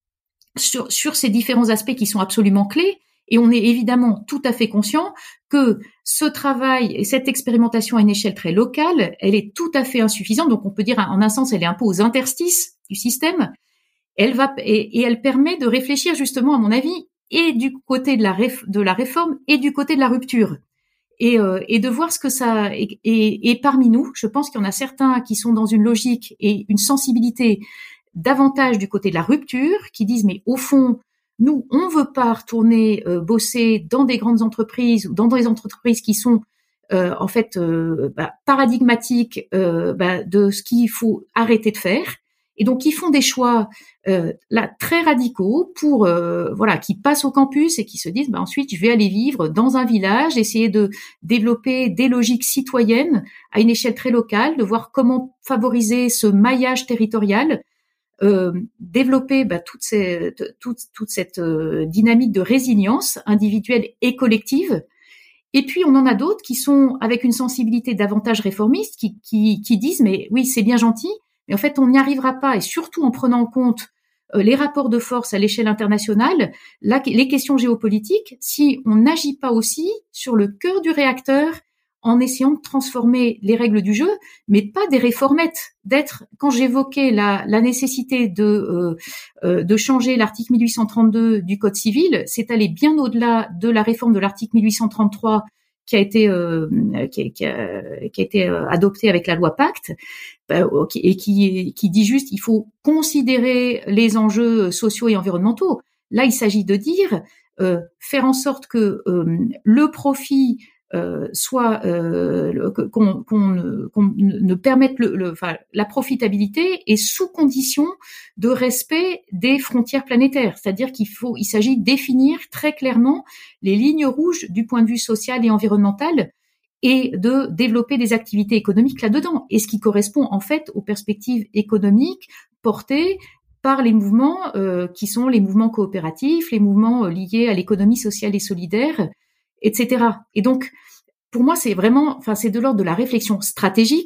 sur, sur ces différents aspects qui sont absolument clés. Et on est évidemment tout à fait conscient que ce travail et cette expérimentation à une échelle très locale, elle est tout à fait insuffisante. Donc on peut dire, en un sens, elle est un peu aux interstices du système. Elle va et, et elle permet de réfléchir justement, à mon avis, et du côté de la, réf, de la réforme et du côté de la rupture. Et, euh, et de voir ce que ça... Et, et, et parmi nous, je pense qu'il y en a certains qui sont dans une logique et une sensibilité davantage du côté de la rupture, qui disent, mais au fond... Nous, on veut pas retourner euh, bosser dans des grandes entreprises ou dans des entreprises qui sont euh, en fait euh, bah, paradigmatiques euh, bah, de ce qu'il faut arrêter de faire. Et donc, ils font des choix euh, là très radicaux pour euh, voilà qui passent au campus et qui se disent bah, ensuite je vais aller vivre dans un village, essayer de développer des logiques citoyennes à une échelle très locale, de voir comment favoriser ce maillage territorial. Euh, développer bah, toute, ces, toute, toute cette euh, dynamique de résilience individuelle et collective. Et puis, on en a d'autres qui sont avec une sensibilité davantage réformiste, qui, qui, qui disent, mais oui, c'est bien gentil, mais en fait, on n'y arrivera pas, et surtout en prenant en compte euh, les rapports de force à l'échelle internationale, la, les questions géopolitiques, si on n'agit pas aussi sur le cœur du réacteur, en essayant de transformer les règles du jeu, mais pas des réformettes. D'être, quand j'évoquais la, la nécessité de euh, euh, de changer l'article mille huit cent trente-deux du Code civil, c'est aller bien au-delà de la réforme de l'article mille huit cent trente-trois qui a été euh, qui, qui, a, qui a été euh, adopté avec la loi Pacte, bah, et qui qui dit juste il faut considérer les enjeux sociaux et environnementaux. Là, il s'agit de dire euh, faire en sorte que euh, le profit Euh, soit euh, qu'on, qu'on, qu'on ne permette le, le, enfin, la profitabilité et sous condition de respect des frontières planétaires. C'est-à-dire qu'il faut, il s'agit de définir très clairement les lignes rouges du point de vue social et environnemental et de développer des activités économiques là-dedans. Et ce qui correspond en fait aux perspectives économiques portées par les mouvements euh, qui sont les mouvements coopératifs, les mouvements liés à l'économie sociale et solidaire, et cetera. Et donc, pour moi, c'est vraiment, enfin, c'est de l'ordre de la réflexion stratégique.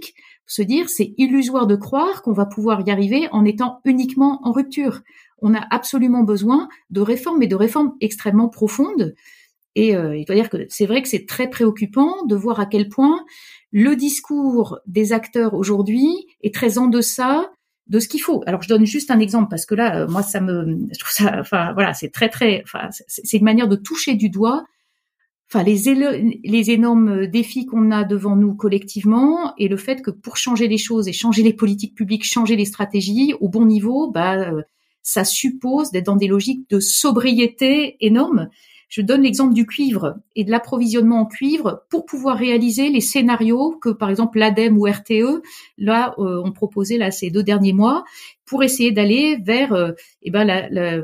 se dire c'est illusoire de croire qu'on va pouvoir y arriver en étant uniquement en rupture. On a absolument besoin de réformes, mais de réformes extrêmement profondes. Et euh, il faut dire que c'est vrai que c'est très préoccupant de voir à quel point le discours des acteurs aujourd'hui est très en deçà de ce qu'il faut. Alors je donne juste un exemple parce que là, euh, moi ça me, je trouve ça, enfin voilà, c'est très très, enfin c'est, c'est une manière de toucher du doigt, enfin les éle- les énormes défis qu'on a devant nous collectivement et le fait que pour changer les choses et changer les politiques publiques, changer les stratégies au bon niveau, bah euh, ça suppose d'être dans des logiques de sobriété énormes. Je donne l'exemple du cuivre et de l'approvisionnement en cuivre pour pouvoir réaliser les scénarios que, par exemple, l'ADEME ou R T E, là, euh, ont proposé là ces deux derniers mois pour essayer d'aller vers, euh, eh ben, la, la,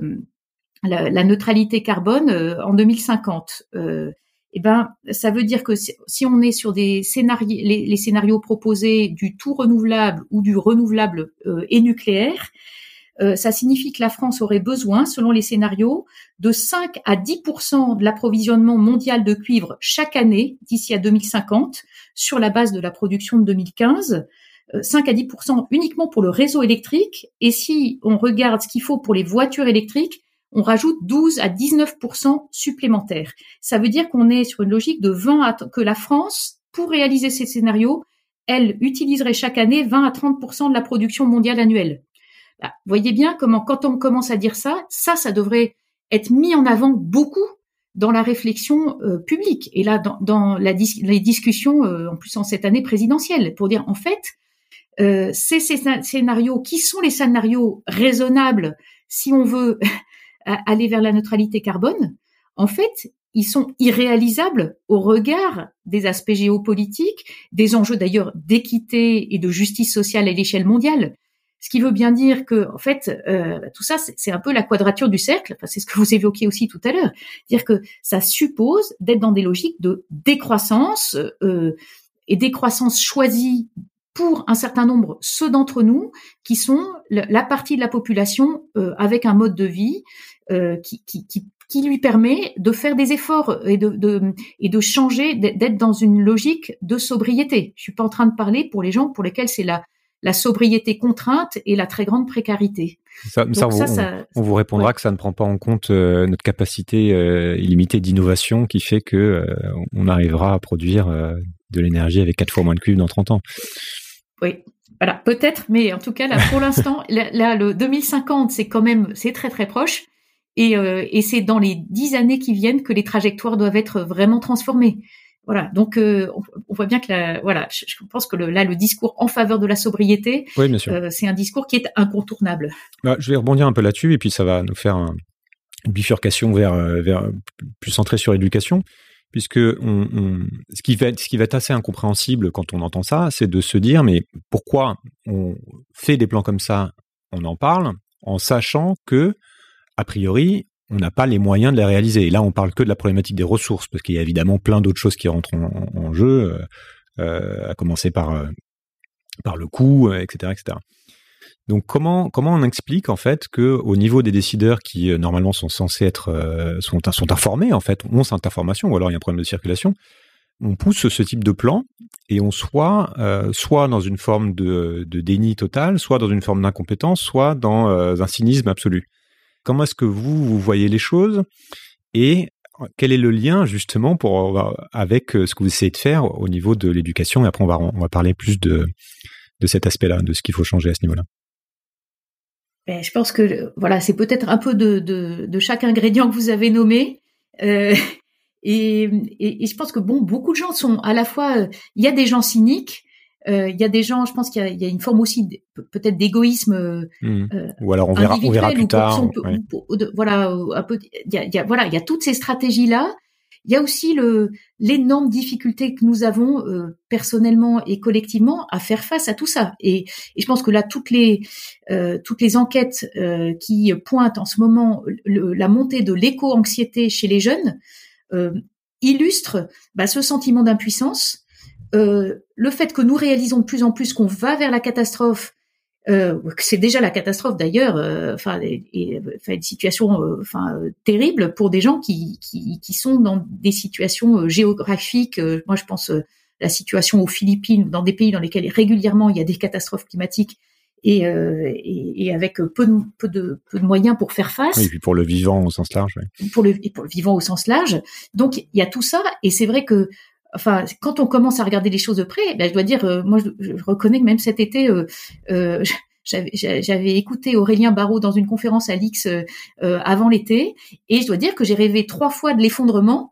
la, la neutralité carbone euh, en deux mille cinquante. Euh, eh ben, ça veut dire que si, si on est sur des scénarios, les, les scénarios proposés du tout renouvelable ou du renouvelable euh, et nucléaire, Euh, ça signifie que la France aurait besoin, selon les scénarios, de cinq à dix pour cent de l'approvisionnement mondial de cuivre chaque année d'ici à deux mille cinquante, sur la base de la production de deux mille quinze, euh, cinq à dix pour cent uniquement pour le réseau électrique. Et si on regarde ce qu'il faut pour les voitures électriques, on rajoute douze à dix-neuf pour cent supplémentaires. Ça veut dire qu'on est sur une logique de vingt à, que la France, pour réaliser ces scénarios, elle utiliserait chaque année vingt à trente pour cent de la production mondiale annuelle. Là, vous voyez bien comment, quand on commence à dire ça, ça, ça devrait être mis en avant beaucoup dans la réflexion euh, publique. Et là, dans, dans la dis- les discussions, euh, en plus en cette année présidentielle, pour dire, en fait, euh, ces, ces scénarios, qui sont les scénarios raisonnables si on veut aller vers la neutralité carbone, en fait, ils sont irréalisables au regard des aspects géopolitiques, des enjeux d'ailleurs d'équité et de justice sociale à l'échelle mondiale. Ce qui veut bien dire que, en fait, euh, tout ça, c'est, c'est un peu la quadrature du cercle. Enfin, c'est ce que vous évoquiez aussi tout à l'heure. Dire que ça suppose d'être dans des logiques de décroissance euh, et décroissance choisie pour un certain nombre, ceux d'entre nous qui sont la, la partie de la population euh, avec un mode de vie euh, qui, qui, qui, qui lui permet de faire des efforts et de, de et de changer, d'être dans une logique de sobriété. Je suis pas en train de parler pour les gens pour lesquels c'est la la sobriété contrainte et la très grande précarité. Ça, ça, ça, on, ça, on vous répondra ouais. que ça ne prend pas en compte euh, notre capacité euh, illimitée d'innovation qui fait que euh, on arrivera à produire euh, de l'énergie avec quatre fois moins de cuivre dans trente ans. Oui, voilà, peut-être, mais en tout cas, là, pour l'instant, là, là, le deux mille cinquante, c'est quand même, c'est très très proche, et, euh, et c'est dans les dix années qui viennent que les trajectoires doivent être vraiment transformées. Voilà, donc euh, on, on voit bien que la, voilà, je, je pense que le, là le discours en faveur de la sobriété, oui, bien sûr. Euh, c'est un discours qui est incontournable. Bah, je vais rebondir un peu là-dessus et puis ça va nous faire un, une bifurcation vers vers plus centrée sur l'éducation, puisque on, on, ce qui va être, ce qui va être assez incompréhensible quand on entend ça, c'est de se dire mais pourquoi on fait des plans comme ça, on en parle en sachant que a priori on n'a pas les moyens de les réaliser. Et là, on parle que de la problématique des ressources, parce qu'il y a évidemment plein d'autres choses qui rentrent en, en jeu, euh, à commencer par euh, par le coût, et cetera, et cetera. Donc, comment comment on explique en fait que au niveau des décideurs qui euh, normalement sont censés être euh, sont sont informés en fait, ont cette information, ou alors il y a un problème de circulation, on pousse ce type de plan et on soit euh, soit dans une forme de de déni total, soit dans une forme d'incompétence, soit dans euh, un cynisme absolu. Comment est-ce que vous, vous voyez les choses et quel est le lien justement pour, avec ce que vous essayez de faire au niveau de l'éducation? Et après, on va, on va parler plus de, de cet aspect-là, de ce qu'il faut changer à ce niveau-là. Ben, je pense que voilà, c'est peut-être un peu de, de, de chaque ingrédient que vous avez nommé. Euh, et, et, et je pense que bon, beaucoup de gens sont à la fois, il euh, y a des gens cyniques. Il euh, y a des gens, je pense qu'il y a, il y a une forme aussi de, peut-être d'égoïsme. Mmh. Euh, Ou alors on verra, on verra plus tard. Son, ouais. de, voilà, un peu. Il y a, il y a, voilà, il y a toutes ces stratégies-là. Il y a aussi le l'énorme difficulté que nous avons euh, personnellement et collectivement à faire face à tout ça. Et, et je pense que là, toutes les euh, toutes les enquêtes euh, qui pointent en ce moment le, la montée de l'éco-anxiété chez les jeunes euh, illustrent bah, ce sentiment d'impuissance. Euh, le fait que nous réalisons de plus en plus qu'on va vers la catastrophe, euh, que c'est déjà la catastrophe d'ailleurs, enfin, euh, une situation, enfin, euh, terrible pour des gens qui, qui qui sont dans des situations euh, géographiques. Euh, moi, je pense euh, la situation aux Philippines, dans des pays dans lesquels régulièrement il y a des catastrophes climatiques et, euh, et, et avec peu de, peu de peu de moyens pour faire face. Oui, et puis pour le vivant au sens large. Oui. Pour le et pour le vivant au sens large. Donc il y a tout ça, et c'est vrai que enfin, quand on commence à regarder les choses de près, ben, je dois dire, euh, moi, je, je reconnais que même cet été, euh, euh, j'avais, j'avais écouté Aurélien Barraud dans une conférence à l'X euh, avant l'été, et je dois dire que j'ai rêvé trois fois de l'effondrement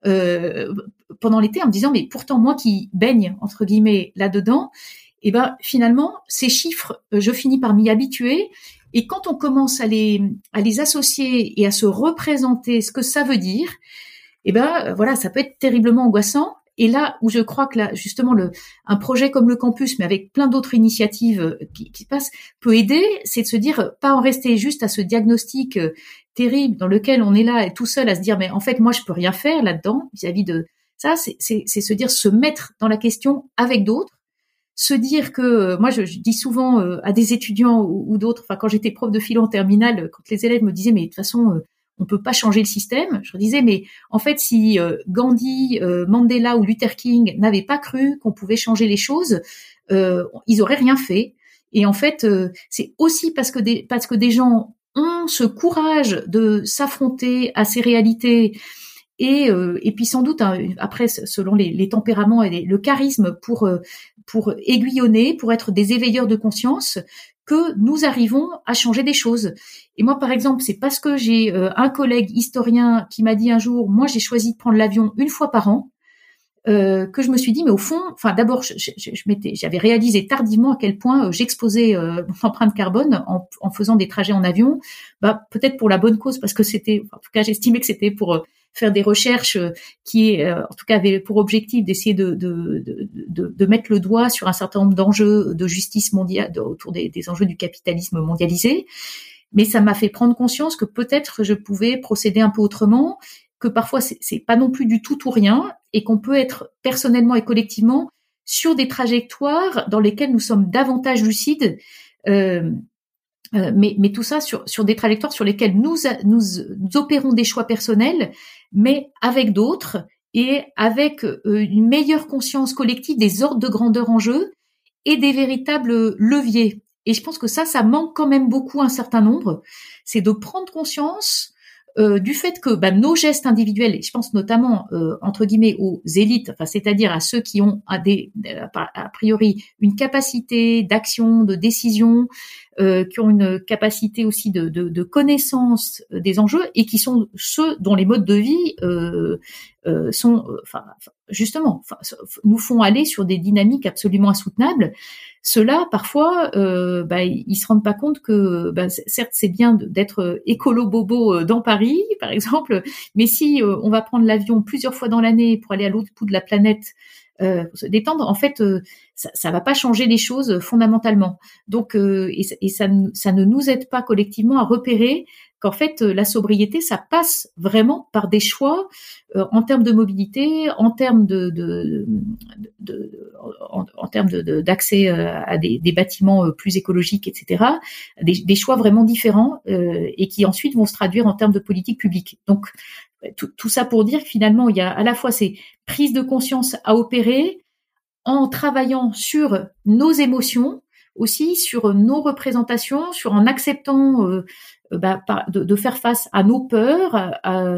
euh, pendant l'été en me disant, mais pourtant moi qui baigne entre guillemets là-dedans, et ben finalement ces chiffres, euh, je finis par m'y habituer. Et quand on commence à les à les associer et à se représenter ce que ça veut dire, et ben voilà, ça peut être terriblement angoissant. Et là où je crois que là, justement, le, un projet comme le campus, mais avec plein d'autres initiatives qui, qui passent, peut aider, c'est de se dire, pas en rester juste à ce diagnostic euh, terrible dans lequel on est là tout seul à se dire, mais en fait, moi, je peux rien faire là-dedans vis-à-vis de ça. C'est, c'est, c'est se dire, se mettre dans la question avec d'autres, se dire que, euh, moi, je, je dis souvent euh, à des étudiants ou, ou d'autres, enfin, quand j'étais prof de philo en terminale, quand les élèves me disaient, mais de toute façon, euh, on peut pas changer le système. Je leur disais, mais en fait, si euh, Gandhi, euh, Mandela ou Luther King n'avaient pas cru qu'on pouvait changer les choses, euh, ils auraient rien fait. Et en fait, euh, c'est aussi parce que des parce que des gens ont ce courage de s'affronter à ces réalités. Et, euh, et puis sans doute, hein, après, selon les, les tempéraments et les, le charisme pour euh, pour aiguillonner, pour être des éveilleurs de conscience, que nous arrivons à changer des choses. Et moi, par exemple, c'est parce que j'ai euh, un collègue historien qui m'a dit un jour, moi, j'ai choisi de prendre l'avion une fois par an, euh, que je me suis dit, mais au fond, enfin, d'abord, je, je, je m'étais, j'avais réalisé tardivement à quel point euh, j'exposais euh, mon empreinte carbone en, en faisant des trajets en avion, bah, peut-être pour la bonne cause, parce que c'était, en tout cas, j'estimais que c'était pour euh, faire des recherches qui, euh, en tout cas, avaient pour objectif d'essayer de, de, de, de, de mettre le doigt sur un certain nombre d'enjeux de justice mondiale, de, autour des, des enjeux du capitalisme mondialisé. Mais ça m'a fait prendre conscience que peut-être je pouvais procéder un peu autrement, que parfois c'est, c'est pas non plus du tout ou rien, et qu'on peut être personnellement et collectivement sur des trajectoires dans lesquelles nous sommes davantage lucides, euh, euh, mais, mais tout ça sur, sur des trajectoires sur lesquelles nous, nous, nous opérons des choix personnels, mais avec d'autres et avec euh, une meilleure conscience collective des ordres de grandeur en jeu et des véritables leviers. Et je pense que ça, ça manque quand même beaucoup un certain nombre. C'est de prendre conscience euh, du fait que bah, nos gestes individuels, et je pense notamment euh, entre guillemets aux élites, enfin c'est-à-dire à ceux qui ont à des, a priori une capacité d'action, de décision, euh, qui ont une capacité aussi de, de, de connaissance des enjeux et qui sont ceux dont les modes de vie euh, euh, sont, enfin justement, nous font aller sur des dynamiques absolument insoutenables. Ceux-là, parfois, euh, bah, ils se rendent pas compte que, bah, certes, c'est bien d'être écolo-bobo dans Paris, par exemple, mais si euh, on va prendre l'avion plusieurs fois dans l'année pour aller à l'autre bout de la planète, euh, pour se détendre, en fait, euh, ça, ça va pas changer les choses fondamentalement. Donc, euh, et, et ça, ça ne nous aide pas collectivement à repérer qu'en fait, la sobriété, ça passe vraiment par des choix euh, en termes de mobilité, en termes de, de, de, de en, en termes de, de, d'accès à des, des bâtiments plus écologiques, et cetera. Des, des choix vraiment différents euh, et qui ensuite vont se traduire en termes de politique publique. Donc, tout, tout ça pour dire que finalement, il y a à la fois ces prises de conscience à opérer en travaillant sur nos émotions, aussi sur nos représentations, sur en acceptant euh, bah, de, de faire face à nos peurs, à,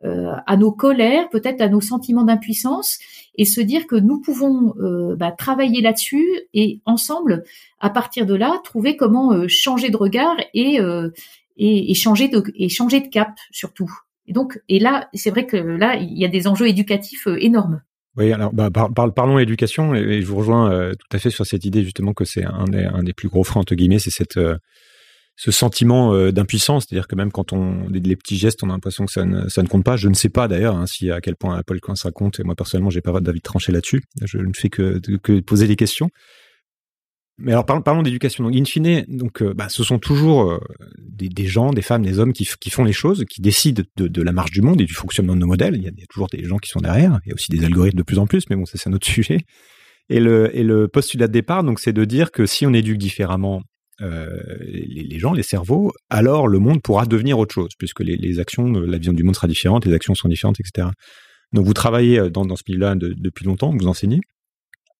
à nos colères, peut-être à nos sentiments d'impuissance, et se dire que nous pouvons euh, bah, travailler là-dessus et ensemble, à partir de là, trouver comment euh, changer de regard et, euh, et, et changer de et changer de cap surtout. Et donc, et là, c'est vrai que là, il y a des enjeux éducatifs euh, énormes. Oui, alors bah, par, par, parlons éducation, et, et je vous rejoins euh, tout à fait sur cette idée justement que c'est un des, un des plus gros freins entre guillemets, c'est cette euh, ce sentiment euh, d'impuissance, c'est-à-dire que même quand on les, les petits gestes, on a l'impression que ça ne, ça ne compte pas. Je ne sais pas d'ailleurs hein, si à quel point Paul Coin ça compte. Et moi personnellement, j'ai pas d'avis tranché là-dessus. Je ne fais que, que poser des questions. Mais alors parlons, parlons d'éducation. Donc in fine, donc euh, bah, ce sont toujours euh, des, des gens, des femmes, des hommes qui, qui font les choses, qui décident de, de la marche du monde et du fonctionnement de nos modèles. Il y a, il y a toujours des gens qui sont derrière. Il y a aussi des algorithmes de plus en plus, mais bon, ça c'est un autre sujet. Et le, et le postulat de départ, donc, c'est de dire que si on éduque différemment Euh, les, les gens, les cerveaux, alors le monde pourra devenir autre chose, puisque les, les actions, la vision du monde sera différente, les actions sont différentes, et cetera. Donc vous travaillez dans, dans ce milieu-là de, depuis longtemps, vous enseignez.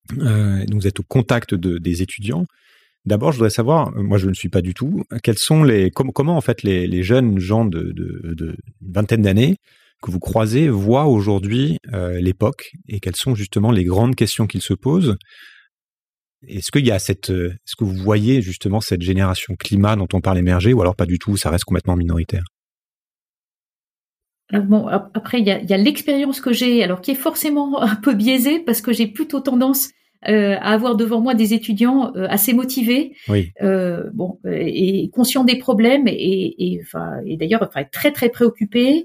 Euh, vous êtes au contact de, des étudiants. D'abord, je voudrais savoir, moi je ne le suis pas du tout, quels sont les, com- comment en fait les, les jeunes gens de, de, de vingtaine d'années que vous croisez voient aujourd'hui euh, l'époque et quelles sont justement les grandes questions qu'ils se posent. Est-ce qu'il y a cette, est-ce que vous voyez justement cette génération climat dont on parle émerger ou alors pas du tout, ça reste complètement minoritaire? Alors bon, après il y a, il y a l'expérience que j'ai, alors qui est forcément un peu biaisée parce que j'ai plutôt tendance euh, à avoir devant moi des étudiants euh, assez motivés, oui. euh, bon, et conscients des problèmes et, et, enfin, et d'ailleurs enfin, très très préoccupés.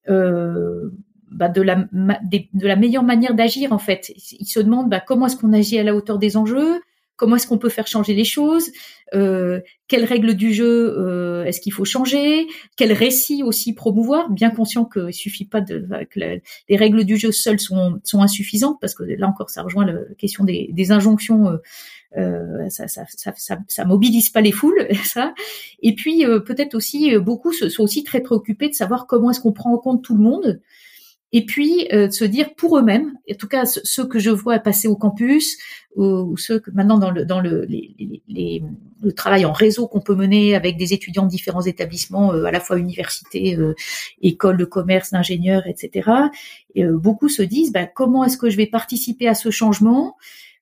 Euh, bah de la de la meilleure manière d'agir en fait. Ils se demandent bah, comment est-ce qu'on agit à la hauteur des enjeux, comment est-ce qu'on peut faire changer les choses, euh, quelles règles du jeu euh, est-ce qu'il faut changer, quels récits aussi promouvoir, bien conscient qu'il suffit pas de que la, les règles du jeu seules sont sont insuffisantes parce que là encore ça rejoint la question des, des injonctions. Euh, Euh, ça, ça, ça, ça, ça mobilise pas les foules, ça. Et puis euh, peut-être aussi euh, beaucoup sont aussi très préoccupés de savoir comment est-ce qu'on prend en compte tout le monde. Et puis euh, de se dire pour eux-mêmes, en tout cas ceux que je vois passer au campus ou, ou ceux que maintenant dans le dans le les, les, les, le travail en réseau qu'on peut mener avec des étudiants de différents établissements, euh, à la fois universités, euh, écoles de commerce, d'ingénieurs, et cetera. Et, euh, beaucoup se disent bah, comment est-ce que je vais participer à ce changement.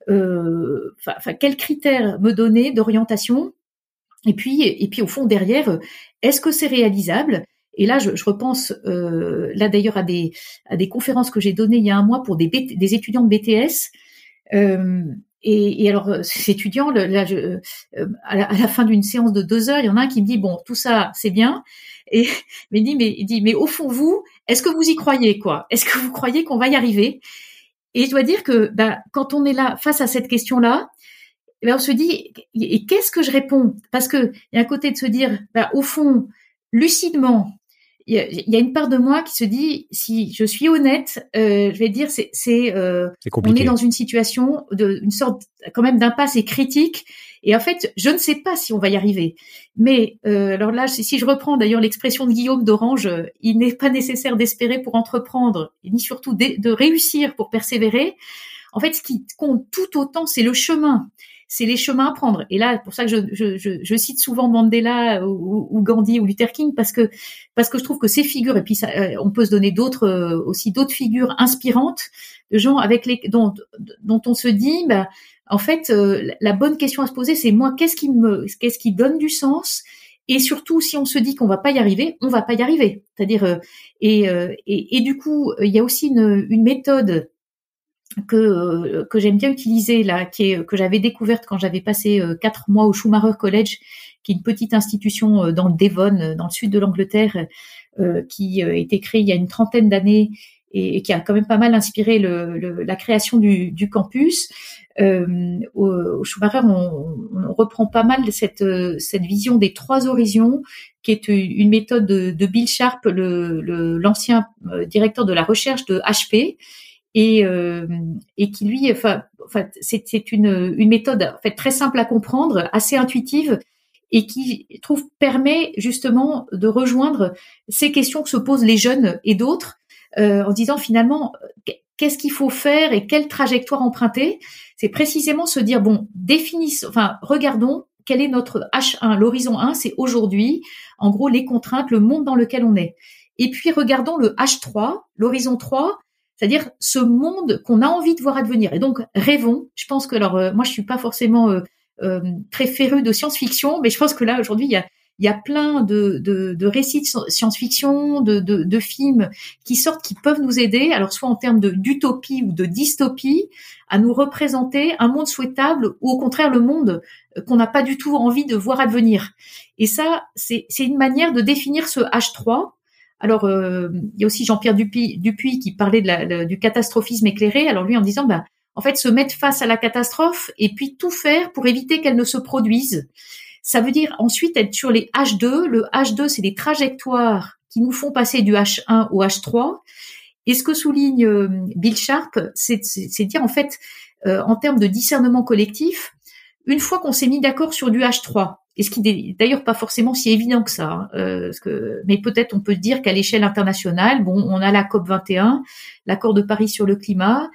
Euh, enfin, quels critères me donner d'orientation et puis et puis au fond derrière, est-ce que c'est réalisable? Et là, je, je repense euh, là d'ailleurs à des à des conférences que j'ai données il y a un mois pour des B T, des étudiants de B T S. Euh, et, et alors ces étudiants, là, je, euh, à, la, à la fin d'une séance de deux heures, il y en a un qui me dit bon, tout ça c'est bien. Et mais il dit mais il dit mais au fond vous, est-ce que vous y croyez quoi? Est-ce que vous croyez qu'on va y arriver? Et je dois dire que bah, quand on est là face à cette question-là, bah, on se dit et qu'est-ce que je réponds? Parce que il y a un côté de se dire bah, au fond lucidement, il y, a, il y a une part de moi qui se dit si je suis honnête, euh, je vais dire c'est c'est, euh, c'est compliqué. On est dans une situation de une sorte quand même d'impasse et critique. Et en fait, je ne sais pas si on va y arriver. Mais euh, alors là, si je reprends d'ailleurs l'expression de Guillaume d'Orange, il n'est pas nécessaire d'espérer pour entreprendre, ni surtout de, de réussir pour persévérer. En fait, ce qui compte tout autant, c'est le chemin, c'est les chemins à prendre. Et là, pour ça que je, je, je, je cite souvent Mandela ou, ou Gandhi ou Luther King, parce que parce que je trouve que ces figures, et puis ça, on peut se donner d'autres euh, aussi d'autres figures inspirantes de gens avec les dont dont on se dit, bah en fait, euh, la bonne question à se poser, c'est moi, qu'est-ce qui me, qu'est-ce qui donne du sens? Et surtout, si on se dit qu'on va pas y arriver, on va pas y arriver. C'est-à-dire, euh, et, euh, et, et du coup, il y a aussi une, une méthode que euh, que j'aime bien utiliser là, qui est que j'avais découverte quand j'avais passé euh, quatre mois au Schumacher College, qui est une petite institution euh, dans le Devon, euh, dans le sud de l'Angleterre, euh, qui euh, a été créée il y a une trentaine d'années et, et qui a quand même pas mal inspiré le, le, la création du, du campus. Euh, au, au Schumacher, on, on reprend pas mal cette, cette vision des trois horizons, qui est une méthode de, de Bill Sharp, le, le, l'ancien directeur de la recherche de H P, et, euh, et qui lui, enfin, enfin c'est, c'est une, une méthode en fait très simple à comprendre, assez intuitive, et qui, je trouve, permet justement de rejoindre ces questions que se posent les jeunes et d'autres, euh, en disant finalement qu'est-ce qu'il faut faire et quelle trajectoire emprunter. C'est précisément se dire, bon, définissons, enfin, regardons quel est notre H un. L'horizon un, c'est aujourd'hui, en gros, les contraintes, le monde dans lequel on est. Et puis, regardons le H trois, l'horizon trois, c'est-à-dire ce monde qu'on a envie de voir advenir. Et donc, rêvons. Je pense que, alors, euh, moi, je suis pas forcément euh, euh, très férue de science-fiction, mais je pense que là, aujourd'hui, il y a Il y a plein de, de, de récits de science-fiction, de, de, de films qui sortent, qui peuvent nous aider, alors soit en termes de, d'utopie ou de dystopie, à nous représenter un monde souhaitable ou au contraire le monde qu'on n'a pas du tout envie de voir advenir. Et ça, c'est, c'est une manière de définir ce H trois. Alors, euh, il y a aussi Jean-Pierre Dupuis, Dupuis qui parlait de la, de, du catastrophisme éclairé. Alors lui, en disant, bah, en fait, se mettre face à la catastrophe et puis tout faire pour éviter qu'elle ne se produise. Ça veut dire ensuite être sur les H deux. Le H deux, c'est les trajectoires qui nous font passer du H un au H trois. Et ce que souligne euh, Bill Sharp, c'est, c'est, c'est dire en fait, euh, en termes de discernement collectif, une fois qu'on s'est mis d'accord sur du H trois, et ce qui n'est d'ailleurs pas forcément si évident que ça, hein, euh, parce que, mais peut-être on peut dire qu'à l'échelle internationale, bon, on a la C O P vingt et un, l'accord de Paris sur le climat,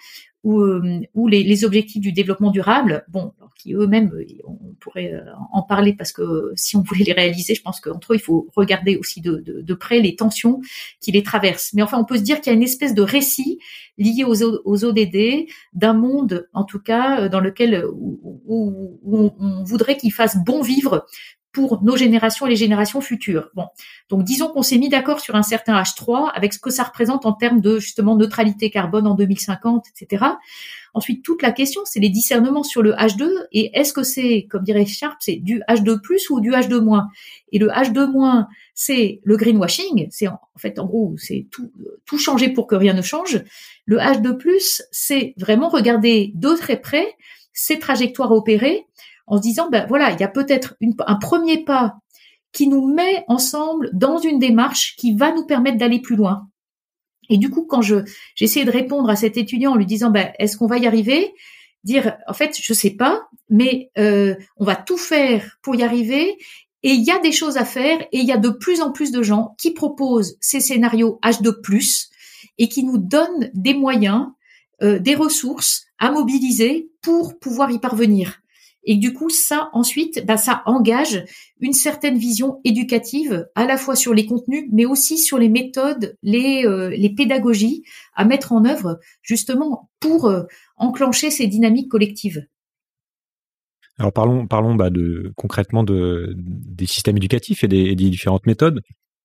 ou, euh, ou les, les objectifs du développement durable, bon, qui eux-mêmes, on pourrait en parler parce que si on voulait les réaliser, je pense qu'entre eux, il faut regarder aussi de, de, de près les tensions qui les traversent. Mais enfin, on peut se dire qu'il y a une espèce de récit lié aux, aux O D D, d'un monde, en tout cas, dans lequel où, où, où on voudrait qu'il fasse bon vivre pour nos générations et les générations futures. Bon, donc disons qu'on s'est mis d'accord sur un certain H trois avec ce que ça représente en termes de justement neutralité carbone en deux mille cinquante, et cetera. Ensuite, toute la question, c'est les discernements sur le H deux et est-ce que c'est, comme dirait Sharp, c'est du H deux plus ou du H deux moins. Et le H deux moins, c'est le greenwashing, c'est en fait en gros, c'est tout tout changer pour que rien ne change. Le H deux plus, c'est vraiment regarder de très près ces trajectoires opérées en se disant, ben voilà, il y a peut-être une, un premier pas qui nous met ensemble dans une démarche qui va nous permettre d'aller plus loin. Et du coup, quand je j'essayais de répondre à cet étudiant en lui disant, ben est-ce qu'on va y arriver, dire, en fait, je sais pas, mais euh, on va tout faire pour y arriver. Et il y a des choses à faire, et il y a de plus en plus de gens qui proposent ces scénarios H deux plus et qui nous donnent des moyens, euh, des ressources à mobiliser pour pouvoir y parvenir. Et du coup, ça, ensuite, bah, ça engage une certaine vision éducative, à la fois sur les contenus, mais aussi sur les méthodes, les, euh, les pédagogies à mettre en œuvre, justement, pour euh, enclencher ces dynamiques collectives. Alors parlons, parlons bah, de, concrètement de, des systèmes éducatifs et des, et des différentes méthodes.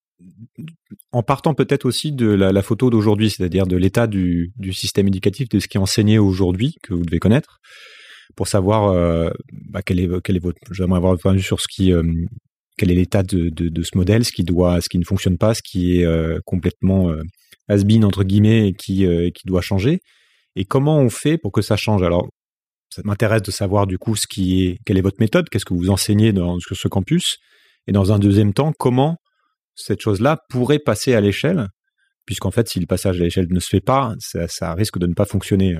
En partant peut-être aussi de la, la photo d'aujourd'hui, c'est-à-dire de l'état du, du système éducatif, de ce qui est enseigné aujourd'hui, que vous devez connaître, pour savoir euh, bah, quel est quel est votre, j'aimerais avoir votre point de vue sur ce qui, euh, quel est l'état de, de, de ce modèle, ce qui doit, ce qui ne fonctionne pas, ce qui est euh, complètement euh, has-been entre guillemets et qui euh, qui doit changer, et comment on fait pour que ça change. Alors ça m'intéresse de savoir du coup ce qui est, quelle est votre méthode, qu'est-ce que vous enseignez dans, sur ce campus, et dans un deuxième temps, comment cette chose-là pourrait passer à l'échelle, puisqu'en fait, si le passage à l'échelle ne se fait pas, ça, ça risque de ne pas fonctionner.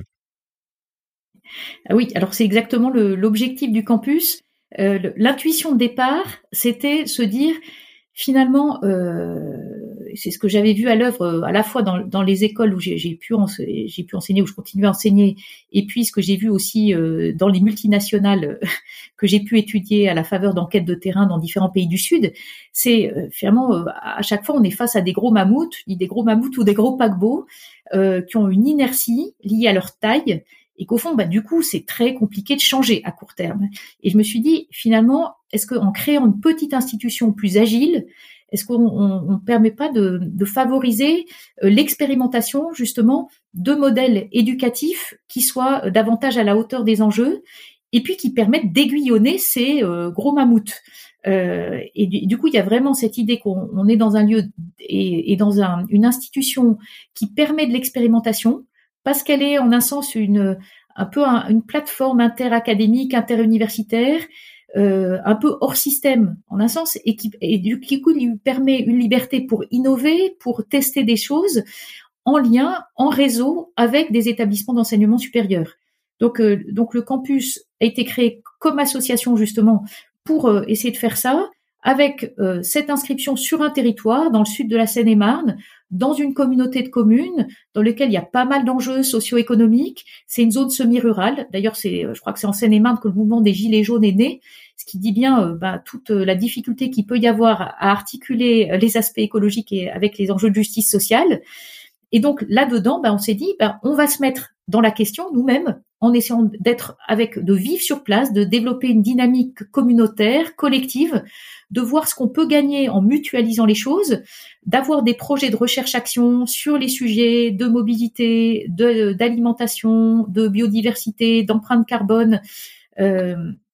Ah oui, alors c'est exactement le, l'objectif du campus. Euh, l'intuition de départ, c'était se dire, finalement, euh, c'est ce que j'avais vu à l'œuvre, à la fois dans, dans les écoles où j'ai, j'ai, pu enseigner, j'ai pu enseigner, où je continue à enseigner, et puis ce que j'ai vu aussi euh, dans les multinationales que j'ai pu étudier à la faveur d'enquêtes de terrain dans différents pays du Sud, c'est euh, finalement, euh, à chaque fois, on est face à des gros mammouths, des gros mammouths ou des gros paquebots euh, qui ont une inertie liée à leur taille, et qu'au fond, bah, du coup, c'est très compliqué de changer à court terme. Et je me suis dit, finalement, est-ce qu'en créant une petite institution plus agile, est-ce qu'on ne permet pas de, de favoriser euh, l'expérimentation, justement, de modèles éducatifs qui soient davantage à la hauteur des enjeux et puis qui permettent d'aiguillonner ces euh, gros mammouths. Euh, et du, du coup, il y a vraiment cette idée qu'on on est dans un lieu et, et dans un, une institution qui permet de l'expérimentation, parce qu'elle est en un sens une un peu un, une plateforme interacadémique, interuniversitaire, euh, un peu hors système en un sens, et qui et du coup lui permet une liberté pour innover, pour tester des choses en lien, en réseau avec des établissements d'enseignement supérieur. Donc euh, donc le campus a été créé comme association justement pour euh, essayer de faire ça, avec euh, cette inscription sur un territoire dans le sud de la Seine-et-Marne, dans une communauté de communes dans laquelle il y a pas mal d'enjeux socio-économiques. C'est une zone semi-rurale. D'ailleurs, c'est, je crois que c'est en Seine-et-Marne que le mouvement des Gilets jaunes est né, ce qui dit bien euh, bah, toute la difficulté qu'il peut y avoir à articuler les aspects écologiques et avec les enjeux de justice sociale. Et donc là-dedans, bah, on s'est dit, bah, on va se mettre dans la question nous-mêmes, en essayant d'être avec, de vivre sur place, de développer une dynamique communautaire, collective, de voir ce qu'on peut gagner en mutualisant les choses, d'avoir des projets de recherche-action sur les sujets de mobilité, de, d'alimentation, de biodiversité, d'empreinte carbone, euh,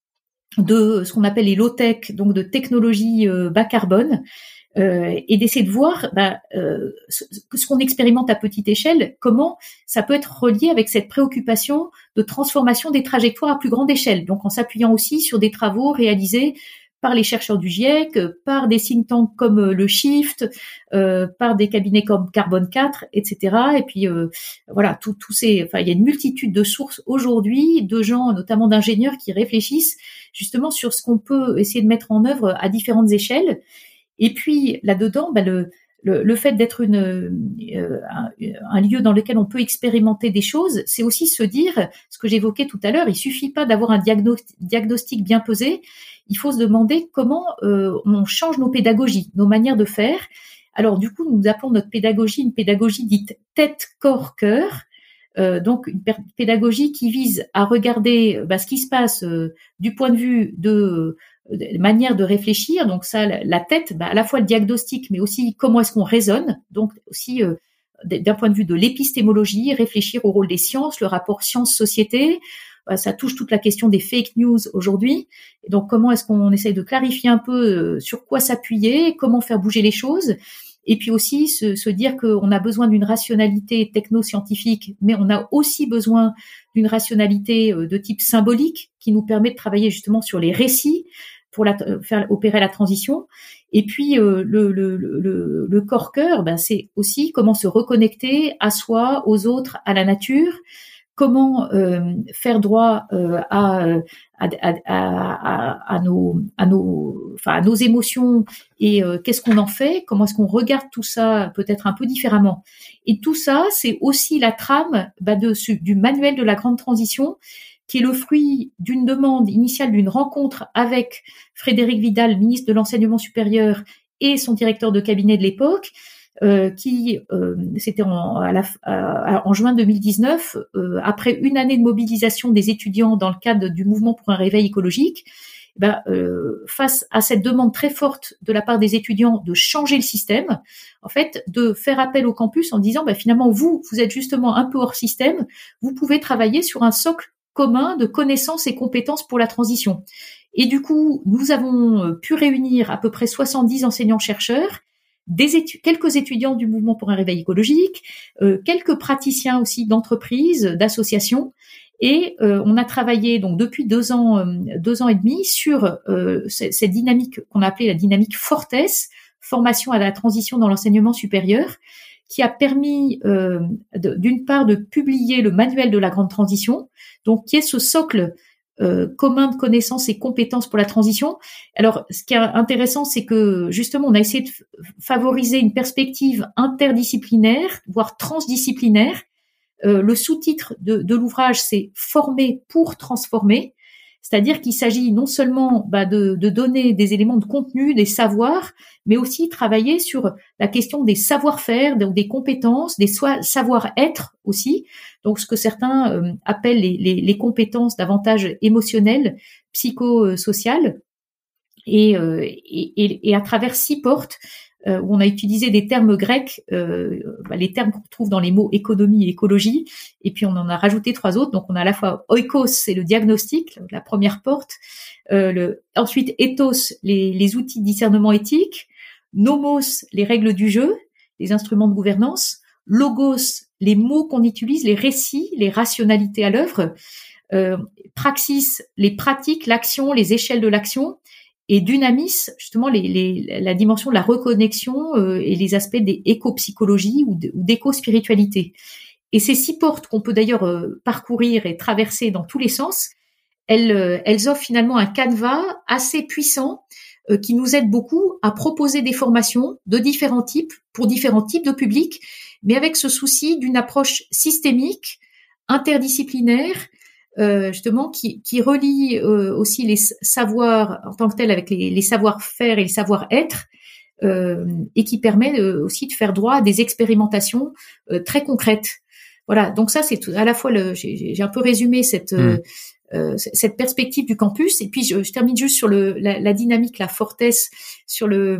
de ce qu'on appelle les low-tech, donc de technologies euh, bas carbone, euh, et d'essayer de voir bah, euh, ce, ce qu'on expérimente à petite échelle, comment ça peut être relié avec cette préoccupation de transformation des trajectoires à plus grande échelle, donc en s'appuyant aussi sur des travaux réalisés par les chercheurs du GIEC, par des think tanks comme le Shift, euh, par des cabinets comme Carbone quatre, et cetera. Et puis euh, voilà, tous tout ces, enfin il y a une multitude de sources aujourd'hui, de gens, notamment d'ingénieurs, qui réfléchissent justement sur ce qu'on peut essayer de mettre en œuvre à différentes échelles. Et puis là-dedans, bah, le le, le fait d'être une, euh, un, un lieu dans lequel on peut expérimenter des choses, c'est aussi se dire, ce que j'évoquais tout à l'heure, il suffit pas d'avoir un diagnostic, diagnostic bien pesé, il faut se demander comment euh, on change nos pédagogies, nos manières de faire. Alors du coup, nous appelons notre pédagogie une pédagogie dite tête, corps, cœur. Euh, donc une pédagogie qui vise à regarder bah, ce qui se passe euh, du point de vue de, de manière de réfléchir. Donc ça, la, la tête, bah, à la fois le diagnostic, mais aussi comment est-ce qu'on raisonne. Donc aussi euh, d'un point de vue de l'épistémologie, réfléchir au rôle des sciences, le rapport science-société. Bah, ça touche toute la question des fake news aujourd'hui. Et donc comment est-ce qu'on essaye de clarifier un peu euh, sur quoi s'appuyer, comment faire bouger les choses. Et puis aussi se, se dire qu'on a besoin d'une rationalité techno-scientifique, mais on a aussi besoin d'une rationalité de type symbolique qui nous permet de travailler justement sur les récits pour la, faire opérer la transition. Et puis euh, le, le, le, le corps-cœur, ben, c'est aussi comment se reconnecter à soi, aux autres, à la nature. Comment euh, faire droit euh, à, à, à, à, à nos, à nos, enfin à nos émotions et euh, qu'est-ce qu'on en fait? Comment est-ce qu'on regarde tout ça peut-être un peu différemment? Et tout ça, c'est aussi la trame bah, de ce, du manuel de la grande transition, qui est le fruit d'une demande initiale d'une rencontre avec Frédéric Vidal, ministre de l'Enseignement supérieur, et son directeur de cabinet de l'époque. Euh, qui euh, c'était en, à la, à, en juin deux mille dix-neuf, euh, après une année de mobilisation des étudiants dans le cadre du mouvement pour un réveil écologique, ben, euh, face à cette demande très forte de la part des étudiants de changer le système, en fait, de faire appel au campus en disant, ben, finalement, vous, vous êtes justement un peu hors système, vous pouvez travailler sur un socle commun de connaissances et compétences pour la transition. Et du coup, nous avons pu réunir à peu près soixante-dix enseignants-chercheurs, des étu- quelques étudiants du mouvement pour un réveil écologique, euh, quelques praticiens aussi d'entreprises, d'associations, et euh, on a travaillé donc depuis deux ans, euh, deux ans et demi sur euh, c- cette dynamique qu'on a appelée la dynamique Fortes, formation à la transition dans l'enseignement supérieur, qui a permis euh, de, d'une part de publier le manuel de la grande transition, donc qui est ce socle Euh, commun de connaissances et compétences pour la transition. Alors, ce qui est intéressant, c'est que justement, on a essayé de f- favoriser une perspective interdisciplinaire, voire transdisciplinaire. Euh, le sous-titre de, de l'ouvrage, c'est « Former pour transformer », c'est-à-dire qu'il s'agit non seulement bah, de, de donner des éléments de contenu, des savoirs, mais aussi travailler sur la question des savoir-faire, donc des compétences, des so- savoir-être aussi, donc ce que certains euh, appellent les, les, les compétences davantage émotionnelles, psychosociales, et, euh, et, et, et à travers six portes, euh, où on a utilisé des termes grecs, euh, bah, les termes qu'on retrouve dans les mots économie et écologie, et puis on en a rajouté trois autres. Donc on a à la fois oikos, c'est le diagnostic, la première porte, euh, le, ensuite ethos, les, les outils de discernement éthique, nomos, les règles du jeu, les instruments de gouvernance, logos, les mots qu'on utilise, les récits, les rationalités à l'œuvre, euh, praxis, les pratiques, l'action, les échelles de l'action, et dynamis, justement, les, les, la dimension de la reconnexion euh, et les aspects des éco-psychologies ou, de, ou d'éco-spiritualité. Et ces six portes qu'on peut d'ailleurs euh, parcourir et traverser dans tous les sens, elles, euh, elles offrent finalement un canevas assez puissant euh, qui nous aide beaucoup à proposer des formations de différents types, pour différents types de publics, mais avec ce souci d'une approche systémique, interdisciplinaire, Euh, justement, qui, qui relie euh, aussi les savoirs en tant que tels avec les, les savoir-faire et les savoir-être, euh, et qui permet euh, aussi de faire droit à des expérimentations euh, très concrètes. Voilà, donc ça c'est tout, à la fois le, j'ai, j'ai un peu résumé cette mmh. euh, cette perspective du campus, et puis je, je termine juste sur le la, la dynamique, la fortesse, sur le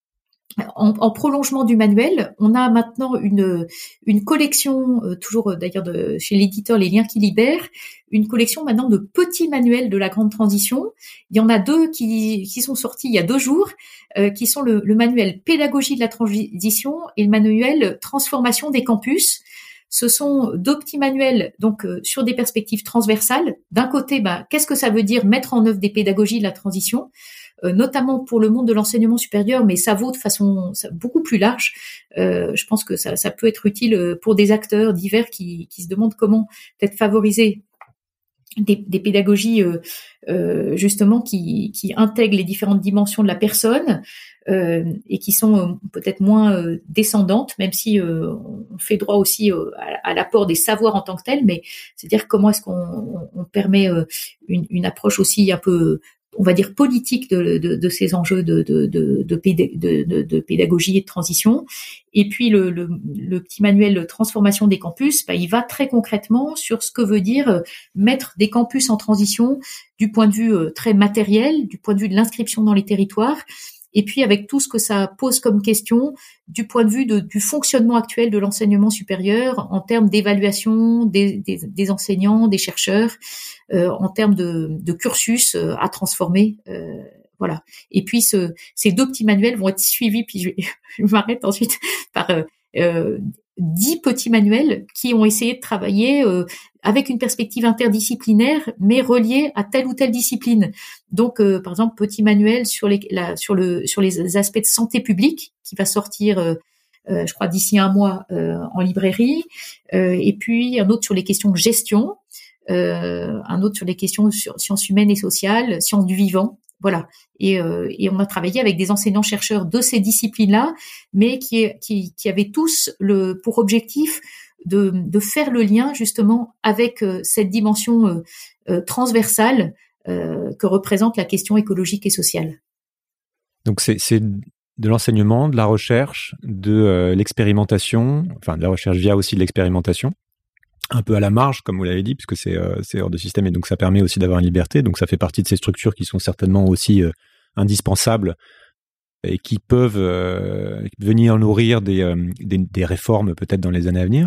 En, en prolongement du manuel, on a maintenant une une collection, euh, toujours d'ailleurs de, chez l'éditeur Les Liens qui libèrent, une collection maintenant de petits manuels de la grande transition. Il y en a deux qui qui sont sortis il y a deux jours, euh, qui sont le, le manuel Pédagogie de la transition et le manuel Transformation des campus. Ce sont deux petits manuels donc euh, sur des perspectives transversales. D'un côté, bah, qu'est-ce que ça veut dire mettre en œuvre des pédagogies de la transition, euh, notamment pour le monde de l'enseignement supérieur, mais ça vaut de façon beaucoup plus large. Euh, je pense que ça, ça peut être utile pour des acteurs divers qui, qui se demandent comment peut-être favoriser des, des pédagogies euh, euh, justement qui, qui intègrent les différentes dimensions de la personne euh, et qui sont euh, peut-être moins euh, descendantes, même si euh, on fait droit aussi euh, à, à l'apport des savoirs en tant que tels, mais c'est-à-dire comment est-ce qu'on on, on permet euh, une, une approche aussi un peu, on va dire, politique de, de, de ces enjeux de, de, de, de, pédag- de, de, de pédagogie et de transition. Et puis le, le, le petit manuel Transformation des campus, bah, il va très concrètement sur ce que veut dire mettre des campus en transition du point de vue euh, très matériel, du point de vue de l'inscription dans les territoires, et puis avec tout ce que ça pose comme question du point de vue de, du fonctionnement actuel de l'enseignement supérieur en termes d'évaluation des, des, des enseignants, des chercheurs, euh, en termes de, de cursus euh, à transformer. Euh, voilà. Et puis ce, ces deux petits manuels vont être suivis, puis je, je m'arrête ensuite par euh, euh, dix petits manuels qui ont essayé de travailler euh, avec une perspective interdisciplinaire, mais reliée à telle ou telle discipline. Donc, euh, par exemple, petit manuel sur les, la, sur le, sur les aspects de santé publique qui va sortir, euh, euh, je crois, d'ici un mois euh, en librairie. Euh, et puis un autre sur les questions de gestion, euh, un autre sur les questions sur sciences humaines et sociales, sciences du vivant. Voilà. Et, euh, et on a travaillé avec des enseignants-chercheurs de ces disciplines-là, mais qui, qui, qui avaient tous le, pour objectif de, de faire le lien justement avec euh, cette dimension euh, euh, transversale euh, que représente la question écologique et sociale. Donc c'est, c'est de l'enseignement, de la recherche, de euh, l'expérimentation, enfin de la recherche via aussi de l'expérimentation, un peu à la marge, comme vous l'avez dit, puisque c'est, euh, c'est hors de système, et donc ça permet aussi d'avoir une liberté. Donc ça fait partie de ces structures qui sont certainement aussi euh, indispensables et qui peuvent euh, venir nourrir des, euh, des, des réformes peut-être dans les années à venir.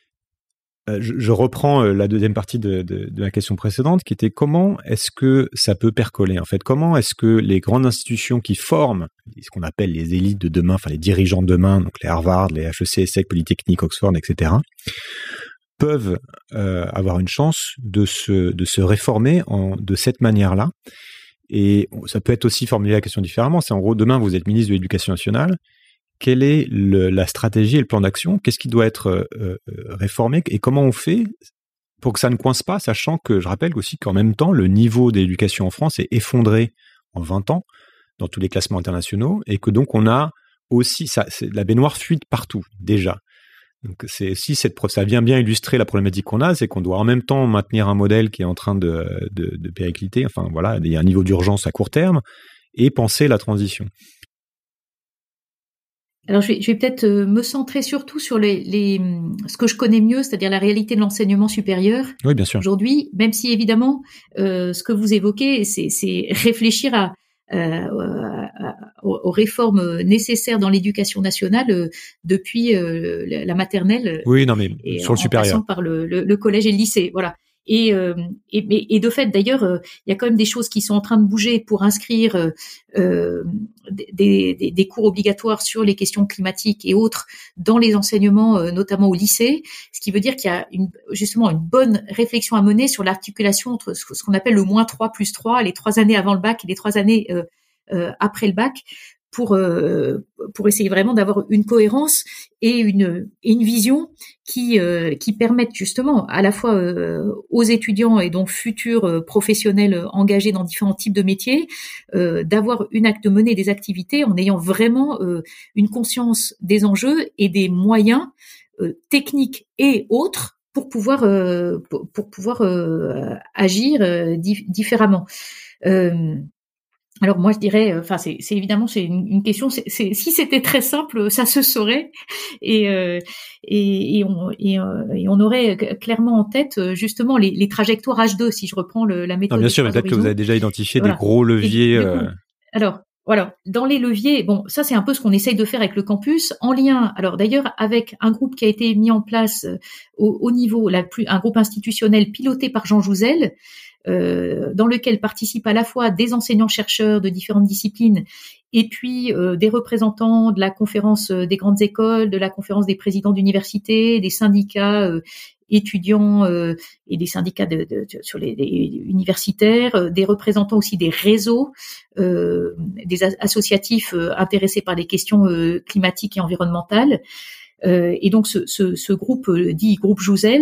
Euh, je, je reprends euh, la deuxième partie de, de, de la question précédente, qui était comment est-ce que ça peut percoler en fait? Comment est-ce que les grandes institutions qui forment ce qu'on appelle les élites de demain, enfin les dirigeants de demain, donc les Harvard, les H E C, ESSEC, Polytechnique, Oxford, et cetera, peuvent euh, avoir une chance de se, de se réformer en, de cette manière-là? Et ça peut être aussi formulé la question différemment. C'est en gros, demain, vous êtes ministre de l'Éducation nationale. Quelle est le, la stratégie et le plan d'action? Qu'est-ce qui doit être euh, réformé? Et comment on fait pour que ça ne coince pas, sachant que je rappelle aussi qu'en même temps, le niveau d'éducation en France est effondré en vingt ans dans tous les classements internationaux et que donc on a aussi, ça, c'est, la baignoire fuite partout, déjà. Donc c'est si cette ça vient bien illustrer la problématique qu'on a, c'est qu'on doit en même temps maintenir un modèle qui est en train de, de, de péricliter, enfin voilà, il y a un niveau d'urgence à court terme, et penser la transition. Alors je vais, je vais peut-être me centrer surtout sur les, les ce que je connais mieux, c'est-à-dire la réalité de l'enseignement supérieur. Oui, bien sûr. Aujourd'hui, même si évidemment euh, ce que vous évoquez, c'est, c'est réfléchir à Euh, aux, aux réformes nécessaires dans l'éducation nationale euh, depuis euh, la maternelle. Oui, non, mais et sur le en supérieur. passant par le, le, le collège et le lycée, voilà. Et, euh, et, et de fait, d'ailleurs, il euh, y a quand même des choses qui sont en train de bouger pour inscrire euh, euh, des, des, des cours obligatoires sur les questions climatiques et autres dans les enseignements, euh, notamment au lycée. Ce qui veut dire qu'il y a une, justement une bonne réflexion à mener sur l'articulation entre ce, ce qu'on appelle le moins trois plus trois, les trois années avant le bac et les trois années euh, euh, après le bac, pour euh, pour essayer vraiment d'avoir une cohérence et une une vision qui euh, qui permettent justement à la fois euh, aux étudiants et donc futurs euh, professionnels engagés dans différents types de métiers euh, d'avoir une acte de mener des activités en ayant vraiment euh, une conscience des enjeux et des moyens euh, techniques et autres pour pouvoir euh, pour, pour pouvoir euh, agir euh, dif- différemment. Euh, Alors moi je dirais, enfin c'est, c'est évidemment c'est une, une question. C'est, c'est, si c'était très simple, ça se saurait et euh, et, et, on, et, euh, et on aurait clairement en tête justement les, les trajectoires H deux. Si je reprends le, la méthode. Non, bien sûr, mais peut-être que vous avez déjà identifié voilà. des gros leviers. Et, euh... Alors voilà, dans les leviers, bon ça c'est un peu ce qu'on essaye de faire avec le campus en lien. Alors d'ailleurs avec un groupe qui a été mis en place au, au niveau la plus un groupe institutionnel piloté par Jean Jouzel. Euh, dans lequel participent à la fois des enseignants-chercheurs de différentes disciplines et puis euh, des représentants de la conférence des grandes écoles, de la conférence des présidents d'universités, des syndicats euh, étudiants euh, et des syndicats de, de, de, sur les, les universitaires, euh, des représentants aussi des réseaux, euh, des as- associatifs euh, intéressés par les questions euh, climatiques et environnementales. Euh, et donc ce, ce, ce groupe euh, dit groupe Jouzel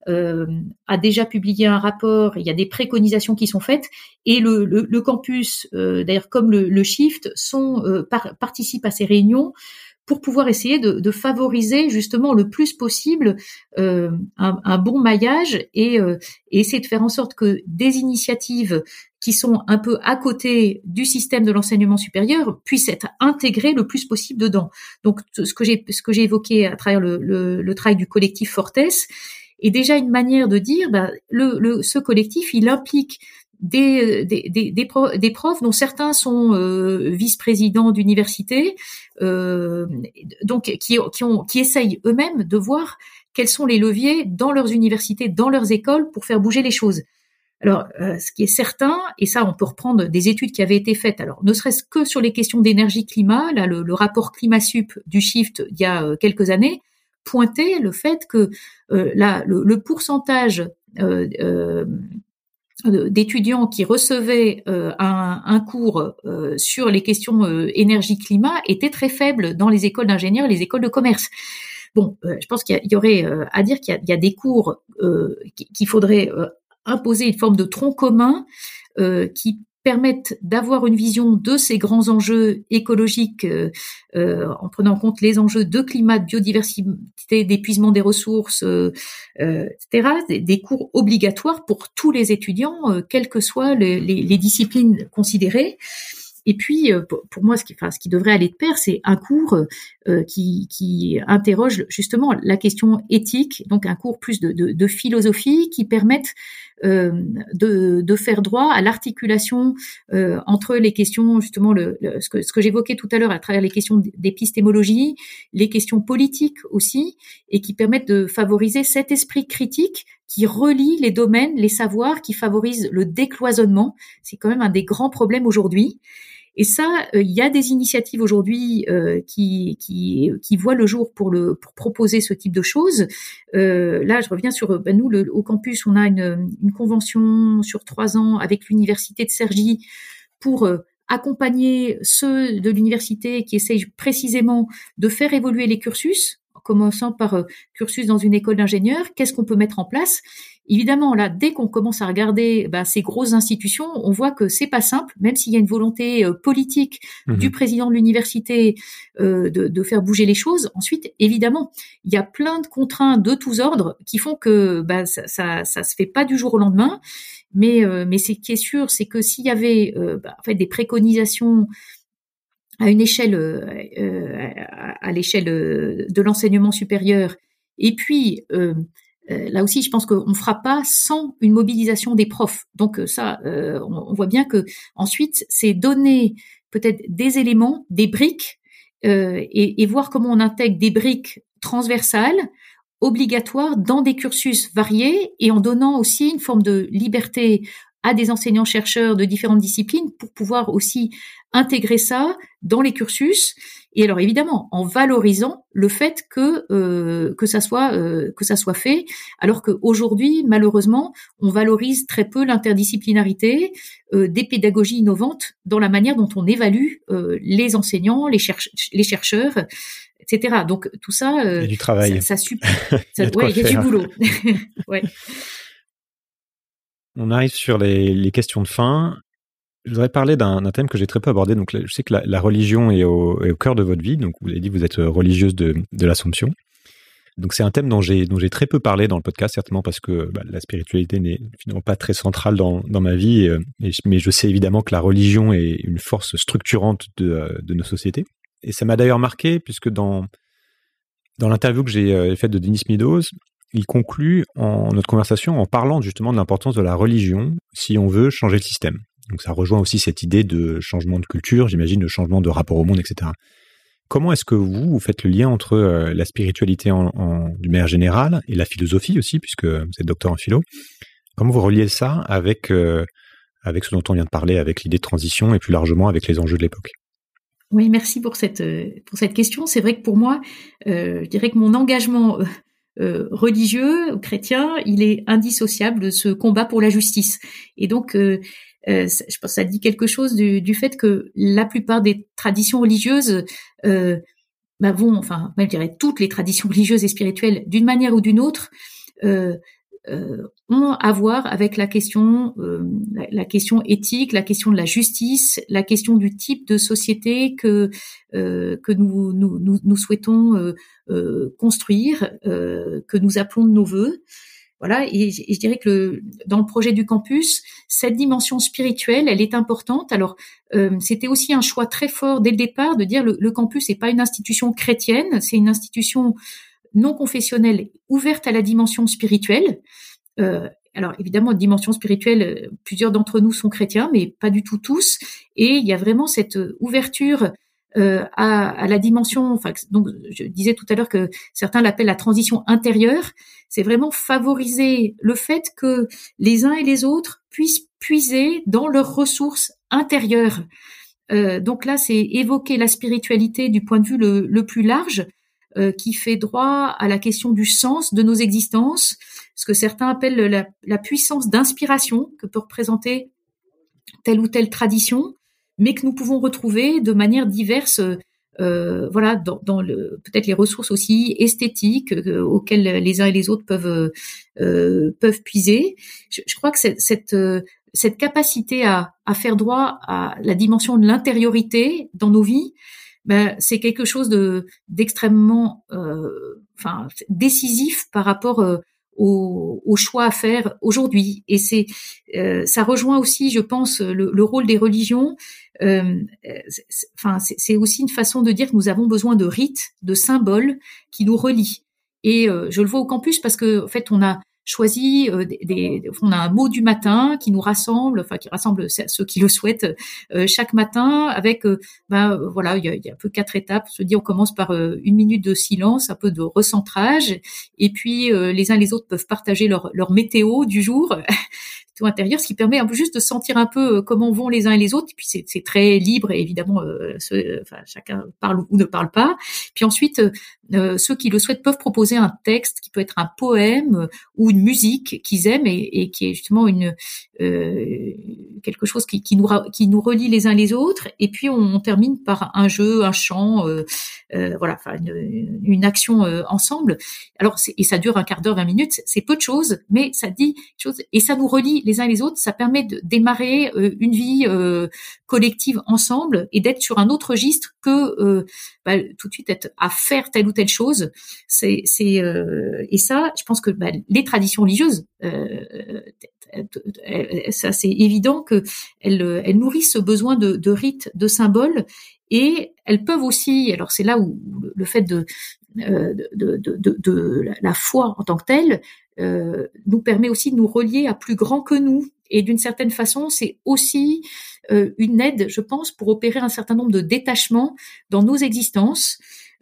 euh, a déjà publié un rapport, il y a des préconisations qui sont faites, et le, le, le campus, euh, d'ailleurs comme le, le Shift, sont, euh, par, participent à ces réunions pour pouvoir essayer de, de favoriser justement le plus possible euh, un, un bon maillage et, euh, et essayer de faire en sorte que des initiatives qui sont un peu à côté du système de l'enseignement supérieur puissent être intégrées le plus possible dedans. Donc ce que j'ai ce que j'ai évoqué à travers le, le, le travail du collectif Fortes est déjà une manière de dire bah, le, le ce collectif il implique Des, des, des, des, profs, des profs dont certains sont euh, vice-présidents d'université, euh, donc qui, qui, ont, qui essayent eux-mêmes de voir quels sont les leviers dans leurs universités, dans leurs écoles pour faire bouger les choses. Alors, euh, ce qui est certain, et ça on peut reprendre des études qui avaient été faites, alors ne serait-ce que sur les questions d'énergie-climat, là le, le rapport Climat-Sup du Shift il y a euh, quelques années, pointait le fait que euh, là, le, le pourcentage euh, euh, d'étudiants qui recevaient euh, un, un cours euh, sur les questions euh, énergie-climat était très faible dans les écoles d'ingénieurs et les écoles de commerce. Bon, euh, je pense qu'il y, a, il y aurait euh, à dire qu'il y a, il y a des cours euh, qu'il faudrait euh, imposer une forme de tronc commun euh, qui permettent d'avoir une vision de ces grands enjeux écologiques euh, euh, en prenant en compte les enjeux de climat, de biodiversité, d'épuisement des ressources, euh, euh, et cetera. Des, des cours obligatoires pour tous les étudiants, euh, quelles que soient les, les, les disciplines considérées. Et puis, pour moi, ce qui, enfin, ce qui devrait aller de pair, c'est un cours euh, qui, qui interroge justement la question éthique, donc un cours plus de, de, de philosophie qui permette euh, de, de faire droit à l'articulation euh, entre les questions, justement, le, le, ce que, ce que j'évoquais tout à l'heure à travers les questions d'épistémologie, les questions politiques aussi, et qui permettent de favoriser cet esprit critique qui relie les domaines, les savoirs, qui favorise le décloisonnement. C'est quand même un des grands problèmes aujourd'hui. Et ça, il euh, y a des initiatives aujourd'hui euh, qui, qui, qui voient le jour pour, le, pour proposer ce type de choses. Euh, là, je reviens sur ben nous, le, au campus, on a une, une convention sur trois ans avec l'université de Cergy pour euh, accompagner ceux de l'université qui essayent précisément de faire évoluer les cursus, en commençant par euh, cursus dans une école d'ingénieurs. Qu'est-ce qu'on peut mettre en place ? Évidemment, là, dès qu'on commence à regarder bah, ces grosses institutions, on voit que c'est pas simple, même s'il y a une volonté euh, politique mmh. du président de l'université euh, de, de faire bouger les choses. Ensuite, évidemment, il y a plein de contraintes de tous ordres qui font que bah, ça, ça, ça se fait pas du jour au lendemain. Mais, euh, mais ce qui est sûr, c'est que s'il y avait euh, bah, en fait des préconisations à une échelle, euh, à, à l'échelle de l'enseignement supérieur, et puis euh, Euh, là aussi, je pense qu'on ne fera pas sans une mobilisation des profs. Donc ça, euh, on, on voit bien que ensuite, c'est donner peut-être des éléments, des briques, euh, et, et voir comment on intègre des briques transversales, obligatoires, dans des cursus variés, et en donnant aussi une forme de liberté à des enseignants-chercheurs de différentes disciplines pour pouvoir aussi intégrer ça dans les cursus. Et alors évidemment, en valorisant le fait que euh, que ça soit euh, que ça soit fait, alors qu'aujourd'hui, malheureusement, on valorise très peu l'interdisciplinarité euh, des pédagogies innovantes dans la manière dont on évalue euh, les enseignants, les, cherche- les chercheurs, et cetera. Donc tout ça, euh, il y a du travail. Ça, ça, sup- ça il ouais, il y a du boulot. ouais. On arrive sur les, les questions de fin. Je voudrais parler d'un, d'un thème que j'ai très peu abordé. Donc, je sais que la, la religion est au, est au cœur de votre vie. Donc, vous avez dit que vous êtes religieuse de, de l'Assomption. Donc, c'est un thème dont j'ai, dont j'ai très peu parlé dans le podcast, certainement parce que bah, la spiritualité n'est finalement pas très centrale dans, dans ma vie. Et, et, mais je sais évidemment que la religion est une force structurante de, de nos sociétés. Et ça m'a d'ailleurs marqué, puisque dans, dans l'interview que j'ai faite de Denis Meadows, il conclut en notre conversation en parlant justement de l'importance de la religion si on veut changer le système. Donc ça rejoint aussi cette idée de changement de culture, j'imagine, de changement de rapport au monde, et cetera. Comment est-ce que vous, vous faites le lien entre euh, la spiritualité en, en, d'une manière générale et la philosophie aussi, puisque vous êtes docteur en philo? Comment vous reliez ça avec, euh, avec ce dont on vient de parler, avec l'idée de transition et plus largement avec les enjeux de l'époque? Oui, merci pour cette, pour cette question. C'est vrai que pour moi, euh, je dirais que mon engagement euh, euh, religieux, chrétien, il est indissociable de ce combat pour la justice. Et donc, euh, Euh, je pense que ça dit quelque chose du, du fait que la plupart des traditions religieuses euh, bah vont, enfin, même je dirais toutes les traditions religieuses et spirituelles, d'une manière ou d'une autre, euh, euh, ont à voir avec la question, euh, la, la question éthique, la question de la justice, la question du type de société que euh, que nous nous nous, nous souhaitons euh, euh, construire, euh, que nous appelons de nos vœux. Voilà, et, et je dirais que le, dans le projet du campus, cette dimension spirituelle, elle est importante. Alors, euh, c'était aussi un choix très fort dès le départ de dire le, le campus n'est pas une institution chrétienne, c'est une institution non confessionnelle, ouverte à la dimension spirituelle. Euh, alors évidemment, dimension spirituelle, plusieurs d'entre nous sont chrétiens, mais pas du tout tous. Et il y a vraiment cette ouverture euh, à, à la dimension. Enfin, donc je disais tout à l'heure que certains l'appellent la transition intérieure. C'est vraiment favoriser le fait que les uns et les autres puissent puiser dans leurs ressources intérieures. Euh, donc là, c'est évoquer la spiritualité du point de vue le, le plus large. Euh, qui fait droit à la question du sens de nos existences, ce que certains appellent la, la puissance d'inspiration que peut représenter telle ou telle tradition, mais que nous pouvons retrouver de manière diverse, euh, voilà, dans, dans le, peut-être les ressources aussi esthétiques euh, auxquelles les uns et les autres peuvent euh, peuvent puiser. Je, je crois que cette, cette cette capacité à, à faire droit à la dimension de l'intériorité dans nos vies, ben, c'est quelque chose de d'extrêmement, euh, enfin, décisif par rapport euh, au, au choix à faire aujourd'hui. Et c'est, euh, ça rejoint aussi, je pense, le, le rôle des religions. Euh, c'est, enfin, c'est, c'est aussi une façon de dire que nous avons besoin de rites, de symboles qui nous relient. Et euh, je le vois au campus parce que, en fait, on a choisi euh, des, des, on a un mot du matin qui nous rassemble, enfin qui rassemble ceux qui le souhaitent euh, chaque matin avec, euh, ben voilà, il y a, il y a un peu quatre étapes. On se dit, on commence par euh, une minute de silence, un peu de recentrage, et puis euh, les uns et les autres peuvent partager leur, leur météo du jour. Tout intérieur, ce qui permet un peu juste de sentir un peu comment vont les uns et les autres. Et puis c'est, c'est très libre, et évidemment, euh, ce, enfin, chacun parle ou ne parle pas. Puis ensuite, euh, ceux qui le souhaitent peuvent proposer un texte qui peut être un poème euh, ou une musique qu'ils aiment et, et qui est justement une euh, quelque chose qui, qui nous qui nous relie les uns les autres. Et puis on, on termine par un jeu, un chant, euh, euh, voilà, enfin une, une action euh, ensemble. Alors c'est, et ça dure un quart d'heure, vingt minutes. C'est peu de choses, mais ça dit quelque chose et ça nous relie les uns et les autres, ça permet de démarrer euh, une vie euh, collective ensemble et d'être sur un autre registre que euh, bah, tout de suite être à faire telle ou telle chose. C'est, c'est euh, et ça, je pense que bah, les traditions religieuses, euh, ça c'est évident que elles, elles nourrissent ce besoin de, de rites, de symboles, et elles peuvent aussi. Alors c'est là où le fait de de, de, de, de, de la foi en tant que telle Euh, nous permet aussi de nous relier à plus grand que nous. Et d'une certaine façon, c'est aussi euh, une aide, je pense, pour opérer un certain nombre de détachements dans nos existences.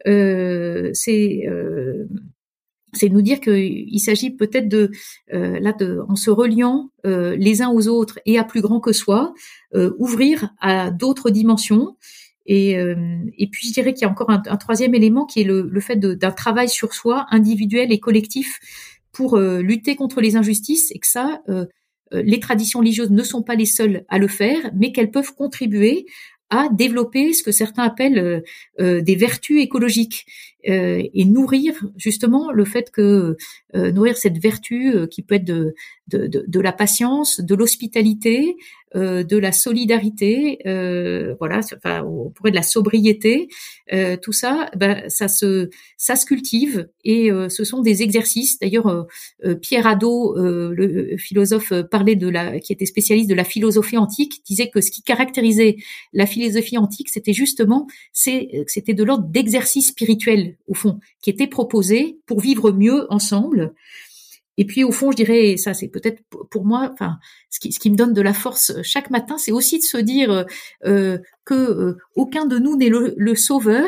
Euh, c'est euh, c'est de nous dire qu'il s'agit peut-être de, euh, là, de, en se reliant euh, les uns aux autres et à plus grand que soi, euh, ouvrir à d'autres dimensions. Et, euh, et puis je dirais qu'il y a encore un, un troisième élément qui est le, le fait de, d'un travail sur soi, individuel et collectif, pour euh, lutter contre les injustices, et que ça, euh, euh, les traditions religieuses ne sont pas les seules à le faire, mais qu'elles peuvent contribuer à développer ce que certains appellent euh, euh, des vertus écologiques euh, et nourrir justement le fait que euh, nourrir cette vertu euh, qui peut être de, de, de, de la patience, de l'hospitalité, euh, de la solidarité, euh, voilà, enfin on pourrait de la sobriété, euh, tout ça, ben ça se ça se cultive et euh, ce sont des exercices. D'ailleurs, euh, euh, Pierre Hadot, euh, le philosophe parlait de la, qui était spécialiste de la philosophie antique, disait que ce qui caractérisait la philosophie antique, c'était justement, c'est, c'était de l'ordre d'exercice spirituel au fond, qui était proposé pour vivre mieux ensemble. Et puis au fond, je dirais, ça c'est peut-être pour moi, enfin, ce qui, ce qui me donne de la force chaque matin, c'est aussi de se dire euh, que euh, aucun de nous n'est le, le sauveur.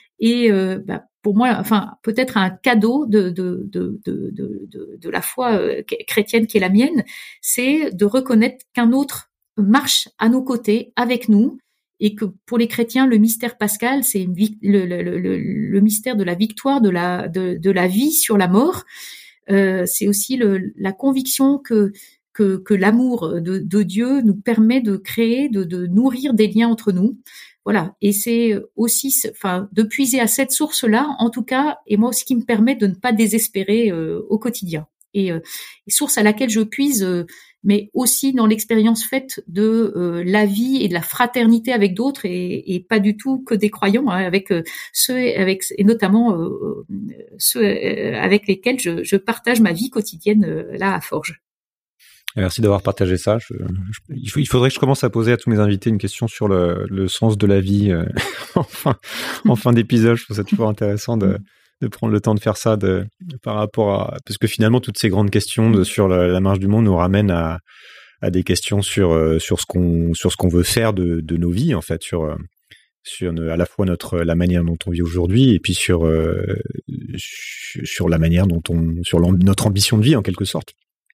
Et euh, bah, pour moi, enfin, peut-être un cadeau de de de de de, de la foi euh, chrétienne qui est la mienne, c'est de reconnaître qu'un autre marche à nos côtés, avec nous. Et que pour les chrétiens, le mystère pascal, c'est le, le, le, le mystère de la victoire de la de, de la vie sur la mort. Euh, c'est aussi le, la conviction que que, que l'amour de, de Dieu nous permet de créer, de, de nourrir des liens entre nous. Voilà. Et c'est aussi, enfin, de puiser à cette source-là, en tout cas, et moi, ce qui me permet de ne pas désespérer euh, au quotidien. et, euh, et source à laquelle je puise, euh, mais aussi dans l'expérience faite de euh, la vie et de la fraternité avec d'autres, et, et pas du tout que des croyants, hein, avec euh, ceux avec et notamment euh, ceux euh, avec lesquels je, je partage ma vie quotidienne euh, là à Forges. Merci d'avoir partagé ça. Je, je, il, faut, il faudrait que je commence à poser à tous mes invités une question sur le, le sens de la vie euh, en, fin, en fin d'épisode. Je trouve ça toujours intéressant de, de prendre le temps de faire ça de, de, par rapport à... Parce que finalement, toutes ces grandes questions de, sur la, la marche du monde nous ramènent à, à des questions sur, euh, sur, ce qu'on, sur ce qu'on veut faire de, de nos vies, en fait, sur, euh, sur à la fois notre, la manière dont on vit aujourd'hui et puis sur, euh, sur la manière dont on... sur notre ambition de vie, en quelque sorte.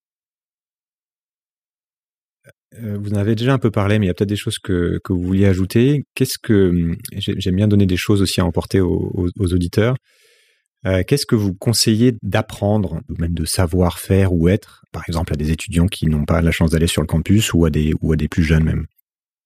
Vous en avez déjà un peu parlé, mais il y a peut-être des choses que, que vous vouliez ajouter. Qu'est-ce que j'aime bien donner des choses aussi à emporter aux, aux, aux auditeurs. Euh, qu'est-ce que vous conseillez d'apprendre, ou même de savoir faire ou être, par exemple à des étudiants qui n'ont pas la chance d'aller sur le campus ou à des ou à des plus jeunes même?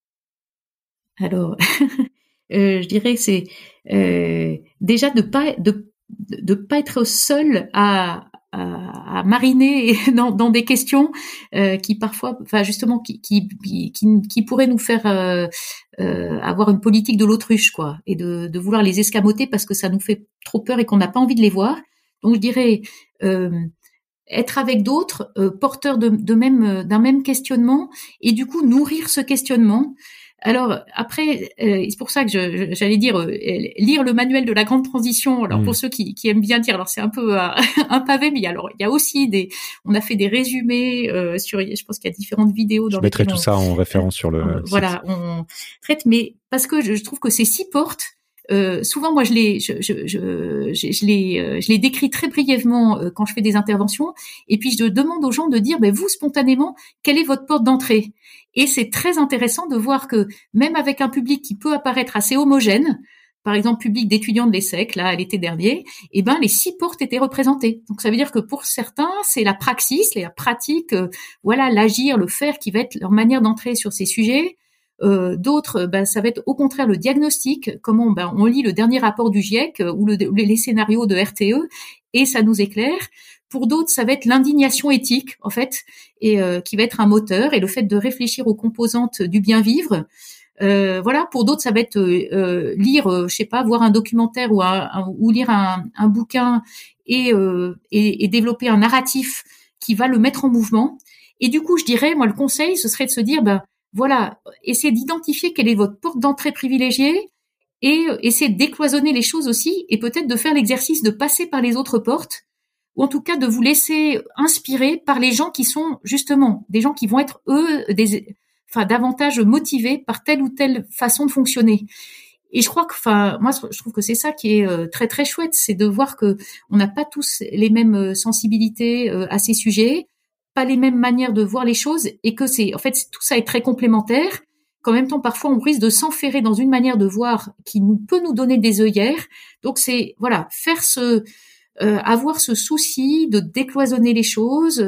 Alors, euh, je dirais que c'est euh, déjà de pas de de pas être seul à à, à mariner dans, dans des questions euh, qui parfois, enfin justement, qui qui qui, qui pourraient nous faire euh, euh, avoir une politique de l'autruche, quoi, et de, de vouloir les escamoter parce que ça nous fait trop peur et qu'on n'a pas envie de les voir. Donc je dirais euh, être avec d'autres euh, porteurs de, de même d'un même questionnement et du coup nourrir ce questionnement. Alors après, euh, c'est pour ça que je, j'allais dire euh, lire le manuel de la grande transition. Alors mmh. pour ceux qui, qui aiment bien dire, alors c'est un peu euh, un pavé, mais alors il y a aussi des, on a fait des résumés euh, sur, je pense qu'il y a différentes vidéos. Dans je mettrai tout on, ça en référence sur le. Euh, voilà, on traite, mais parce que je, je trouve que ces six portes. Euh, souvent, moi, je les, je, je, je, je, je les, euh, je les décris très brièvement euh, quand je fais des interventions, et puis je demande aux gens de dire, ben vous, spontanément, quelle est votre porte d'entrée? Et c'est très intéressant de voir que même avec un public qui peut apparaître assez homogène, par exemple public d'étudiants de l'ESSEC, là, à l'été dernier, eh ben les six portes étaient représentées. Donc ça veut dire que pour certains, c'est la praxis, la pratique, euh, voilà, l'agir, le faire qui va être leur manière d'entrer sur ces sujets. Euh, d'autres, ben, ça va être au contraire le diagnostic, comment ben, on lit le dernier rapport du GIEC euh, ou le, les scénarios de R T E et ça nous éclaire. Pour d'autres, ça va être l'indignation éthique, en fait, et euh, qui va être un moteur, et le fait de réfléchir aux composantes du bien vivre. Euh, voilà. Pour d'autres, ça va être euh, lire, euh, je sais pas, voir un documentaire ou, un, un, ou lire un, un bouquin et, euh, et, et développer un narratif qui va le mettre en mouvement. Et du coup, je dirais, moi, le conseil, ce serait de se dire, ben voilà, essayez d'identifier quelle est votre porte d'entrée privilégiée et essayez de décloisonner les choses aussi et peut-être de faire l'exercice de passer par les autres portes ou en tout cas de vous laisser inspirer par les gens qui sont justement des gens qui vont être eux des, enfin davantage motivés par telle ou telle façon de fonctionner. Et je crois que, enfin, moi, je trouve que c'est ça qui est très très chouette, c'est de voir que on n'a pas tous les mêmes sensibilités à ces sujets, pas les mêmes manières de voir les choses, et que c'est, en fait, tout ça est très complémentaire. Qu'en même temps, parfois, on risque de s'enferrer dans une manière de voir qui nous peut nous donner des œillères. Donc, c'est voilà, faire ce, euh, avoir ce souci de décloisonner les choses,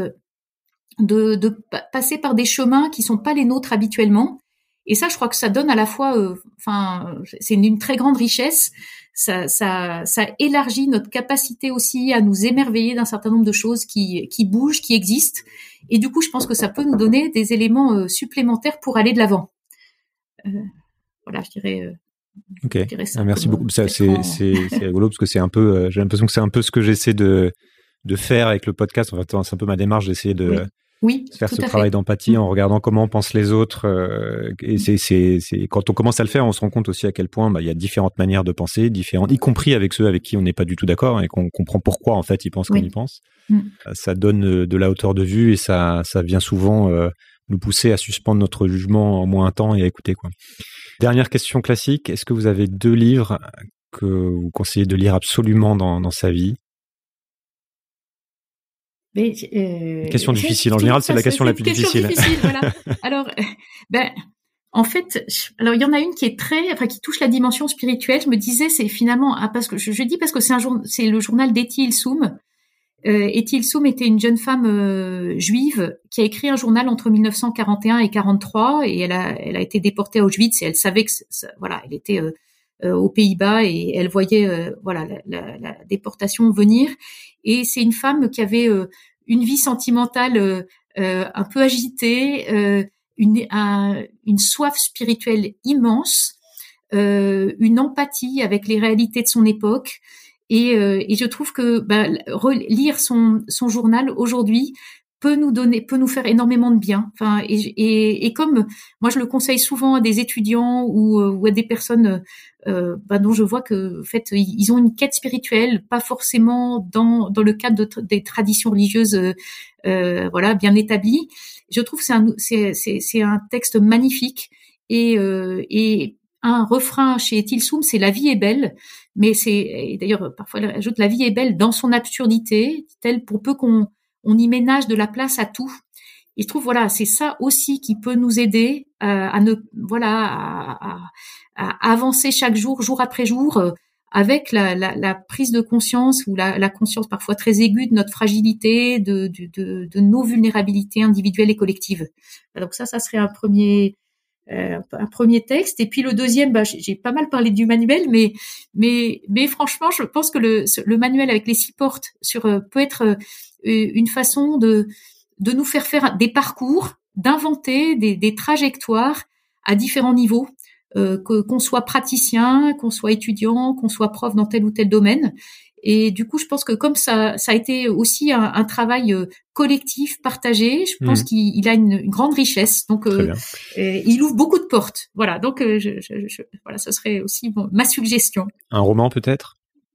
de, de p- passer par des chemins qui sont pas les nôtres habituellement. Et ça, je crois que ça donne à la fois, euh, enfin, c'est une, une très grande richesse. Ça, ça, ça élargit notre capacité aussi à nous émerveiller d'un certain nombre de choses qui, qui bougent, qui existent. Et du coup, je pense que ça peut nous donner des éléments euh, supplémentaires pour aller de l'avant. Euh, voilà, je dirais. Euh, ok. Je dirais ça ah, merci comme, beaucoup. Ça, c'est, en... c'est, c'est rigolo parce que c'est un peu. Euh, j'ai l'impression que c'est un peu ce que j'essaie de de faire avec le podcast. En fait, c'est un peu ma démarche d'essayer de. Oui. Oui, faire tout ce à travail fait. d'empathie en regardant comment pensent les autres. Euh, et c'est, c'est, c'est quand on commence à le faire, on se rend compte aussi à quel point bah, il y a différentes manières de penser, différentes, y compris avec ceux avec qui on n'est pas du tout d'accord et qu'on comprend pourquoi en fait ils pensent Oui. comme ils pensent. Mm. Ça donne de la hauteur de vue et ça, ça vient souvent euh, nous pousser à suspendre notre jugement en moins temps et à écouter quoi. Dernière question classique, est-ce que vous avez deux livres que vous conseillez de lire absolument dans, dans sa vie? Mais, euh, question difficile. En général, c'est la question la plus difficile. difficile voilà. Alors, euh, ben, en fait, alors il y en a une qui est très, enfin qui touche la dimension spirituelle. Je me disais, c'est finalement, ah, parce que je, je dis parce que c'est un jour, c'est le journal d'Etty Ilsoum. Euh, Etty Ilsoum était une jeune femme euh, juive qui a écrit un journal entre mille neuf cent quarante et un et quarante-trois, et elle a, elle a été déportée à Auschwitz et elle savait que, ça, voilà, elle était euh, euh, aux Pays-Bas et elle voyait, euh, voilà, la, la, la déportation venir. Et c'est une femme qui avait euh, une vie sentimentale euh, euh, un peu agitée, euh, une, un, une soif spirituelle immense, euh, une empathie avec les réalités de son époque. Et, euh, et je trouve que bah, lire son, son journal aujourd'hui peut nous donner, peut nous faire énormément de bien. Enfin, et, et, et comme moi je le conseille souvent à des étudiants ou, ou à des personnes euh, bah, dont je vois que, en fait, ils ont une quête spirituelle, pas forcément dans dans le cadre de, des traditions religieuses, euh, euh, voilà, bien établies. Je trouve que c'est un c'est c'est, c'est un texte magnifique et euh, et un refrain chez Tilsoum, c'est la vie est belle, mais c'est et d'ailleurs parfois elle ajoute la vie est belle dans son absurdité, telle pour peu qu'on on y ménage de la place à tout. Et je trouve, voilà, c'est ça aussi qui peut nous aider à, à ne, voilà, à, à, à avancer chaque jour, jour après jour, euh, avec la, la, la prise de conscience ou la, la conscience parfois très aiguë de notre fragilité, de, de, de, de nos vulnérabilités individuelles et collectives. Donc ça, ça serait un premier, euh, un premier texte. Et puis le deuxième, bah, j'ai, j'ai pas mal parlé du manuel, mais, mais, mais franchement, je pense que le, le manuel avec les six portes sur euh, peut être euh, une façon de de nous faire faire des parcours, d'inventer des, des trajectoires à différents niveaux, euh, que, qu'on soit praticien, qu'on soit étudiant, qu'on soit prof dans tel ou tel domaine. Et du coup, je pense que comme ça, ça a été aussi un, un travail collectif, partagé, je pense mmh. qu'il il a une, une grande richesse. Donc, euh, il ouvre beaucoup de portes. Voilà. Donc, euh, je, je, je, voilà, ce serait aussi bon, ma suggestion. Un roman peut-être?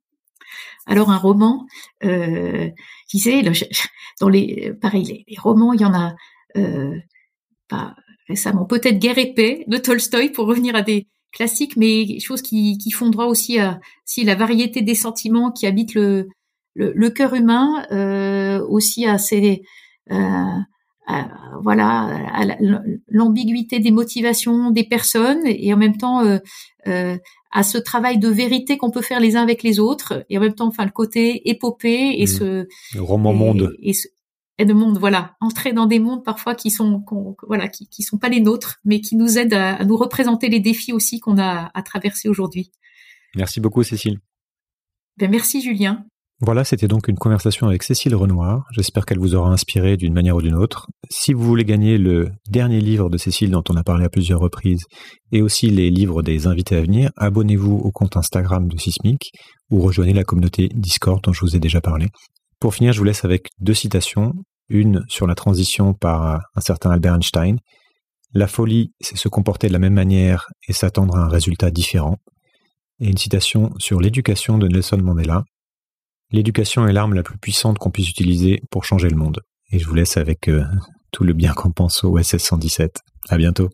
Alors un roman, euh, je disais, là, je, dans les, pareil, les, les romans, il y en a euh, pas récemment, peut-être Guerre et paix de Tolstoï pour revenir à des classiques, mais des choses qui, qui font droit aussi à si la variété des sentiments qui habitent le le, le cœur humain, euh, aussi à ces euh, à, voilà à la, l'ambiguïté des motivations des personnes et en même temps euh, euh, à ce travail de vérité qu'on peut faire les uns avec les autres et en même temps enfin le côté épopée et mmh. ce le roman et, monde et, ce, et de monde voilà entrer dans des mondes parfois qui sont qu'on, voilà qui qui sont pas les nôtres mais qui nous aident à, à nous représenter les défis aussi qu'on a à traverser aujourd'hui. Merci beaucoup Cécile. Ben merci Julien. Voilà, c'était donc une conversation avec Cécile Renoir. J'espère qu'elle vous aura inspiré d'une manière ou d'une autre. Si vous voulez gagner le dernier livre de Cécile dont on a parlé à plusieurs reprises et aussi les livres des invités à venir, abonnez-vous au compte Instagram de Sismic ou rejoignez la communauté Discord dont je vous ai déjà parlé. Pour finir, je vous laisse avec deux citations. Une sur la transition par un certain Albert Einstein. La folie, c'est se comporter de la même manière et s'attendre à un résultat différent. Et une citation sur l'éducation de Nelson Mandela. L'éducation est l'arme la plus puissante qu'on puisse utiliser pour changer le monde. Et je vous laisse avec euh, tout le bien qu'on pense au O S S cent dix-sept. À bientôt.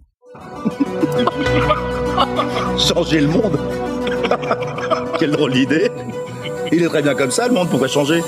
Changer le monde. Quelle drôle d'idée. Il est très bien comme ça, le monde, pourquoi changer ?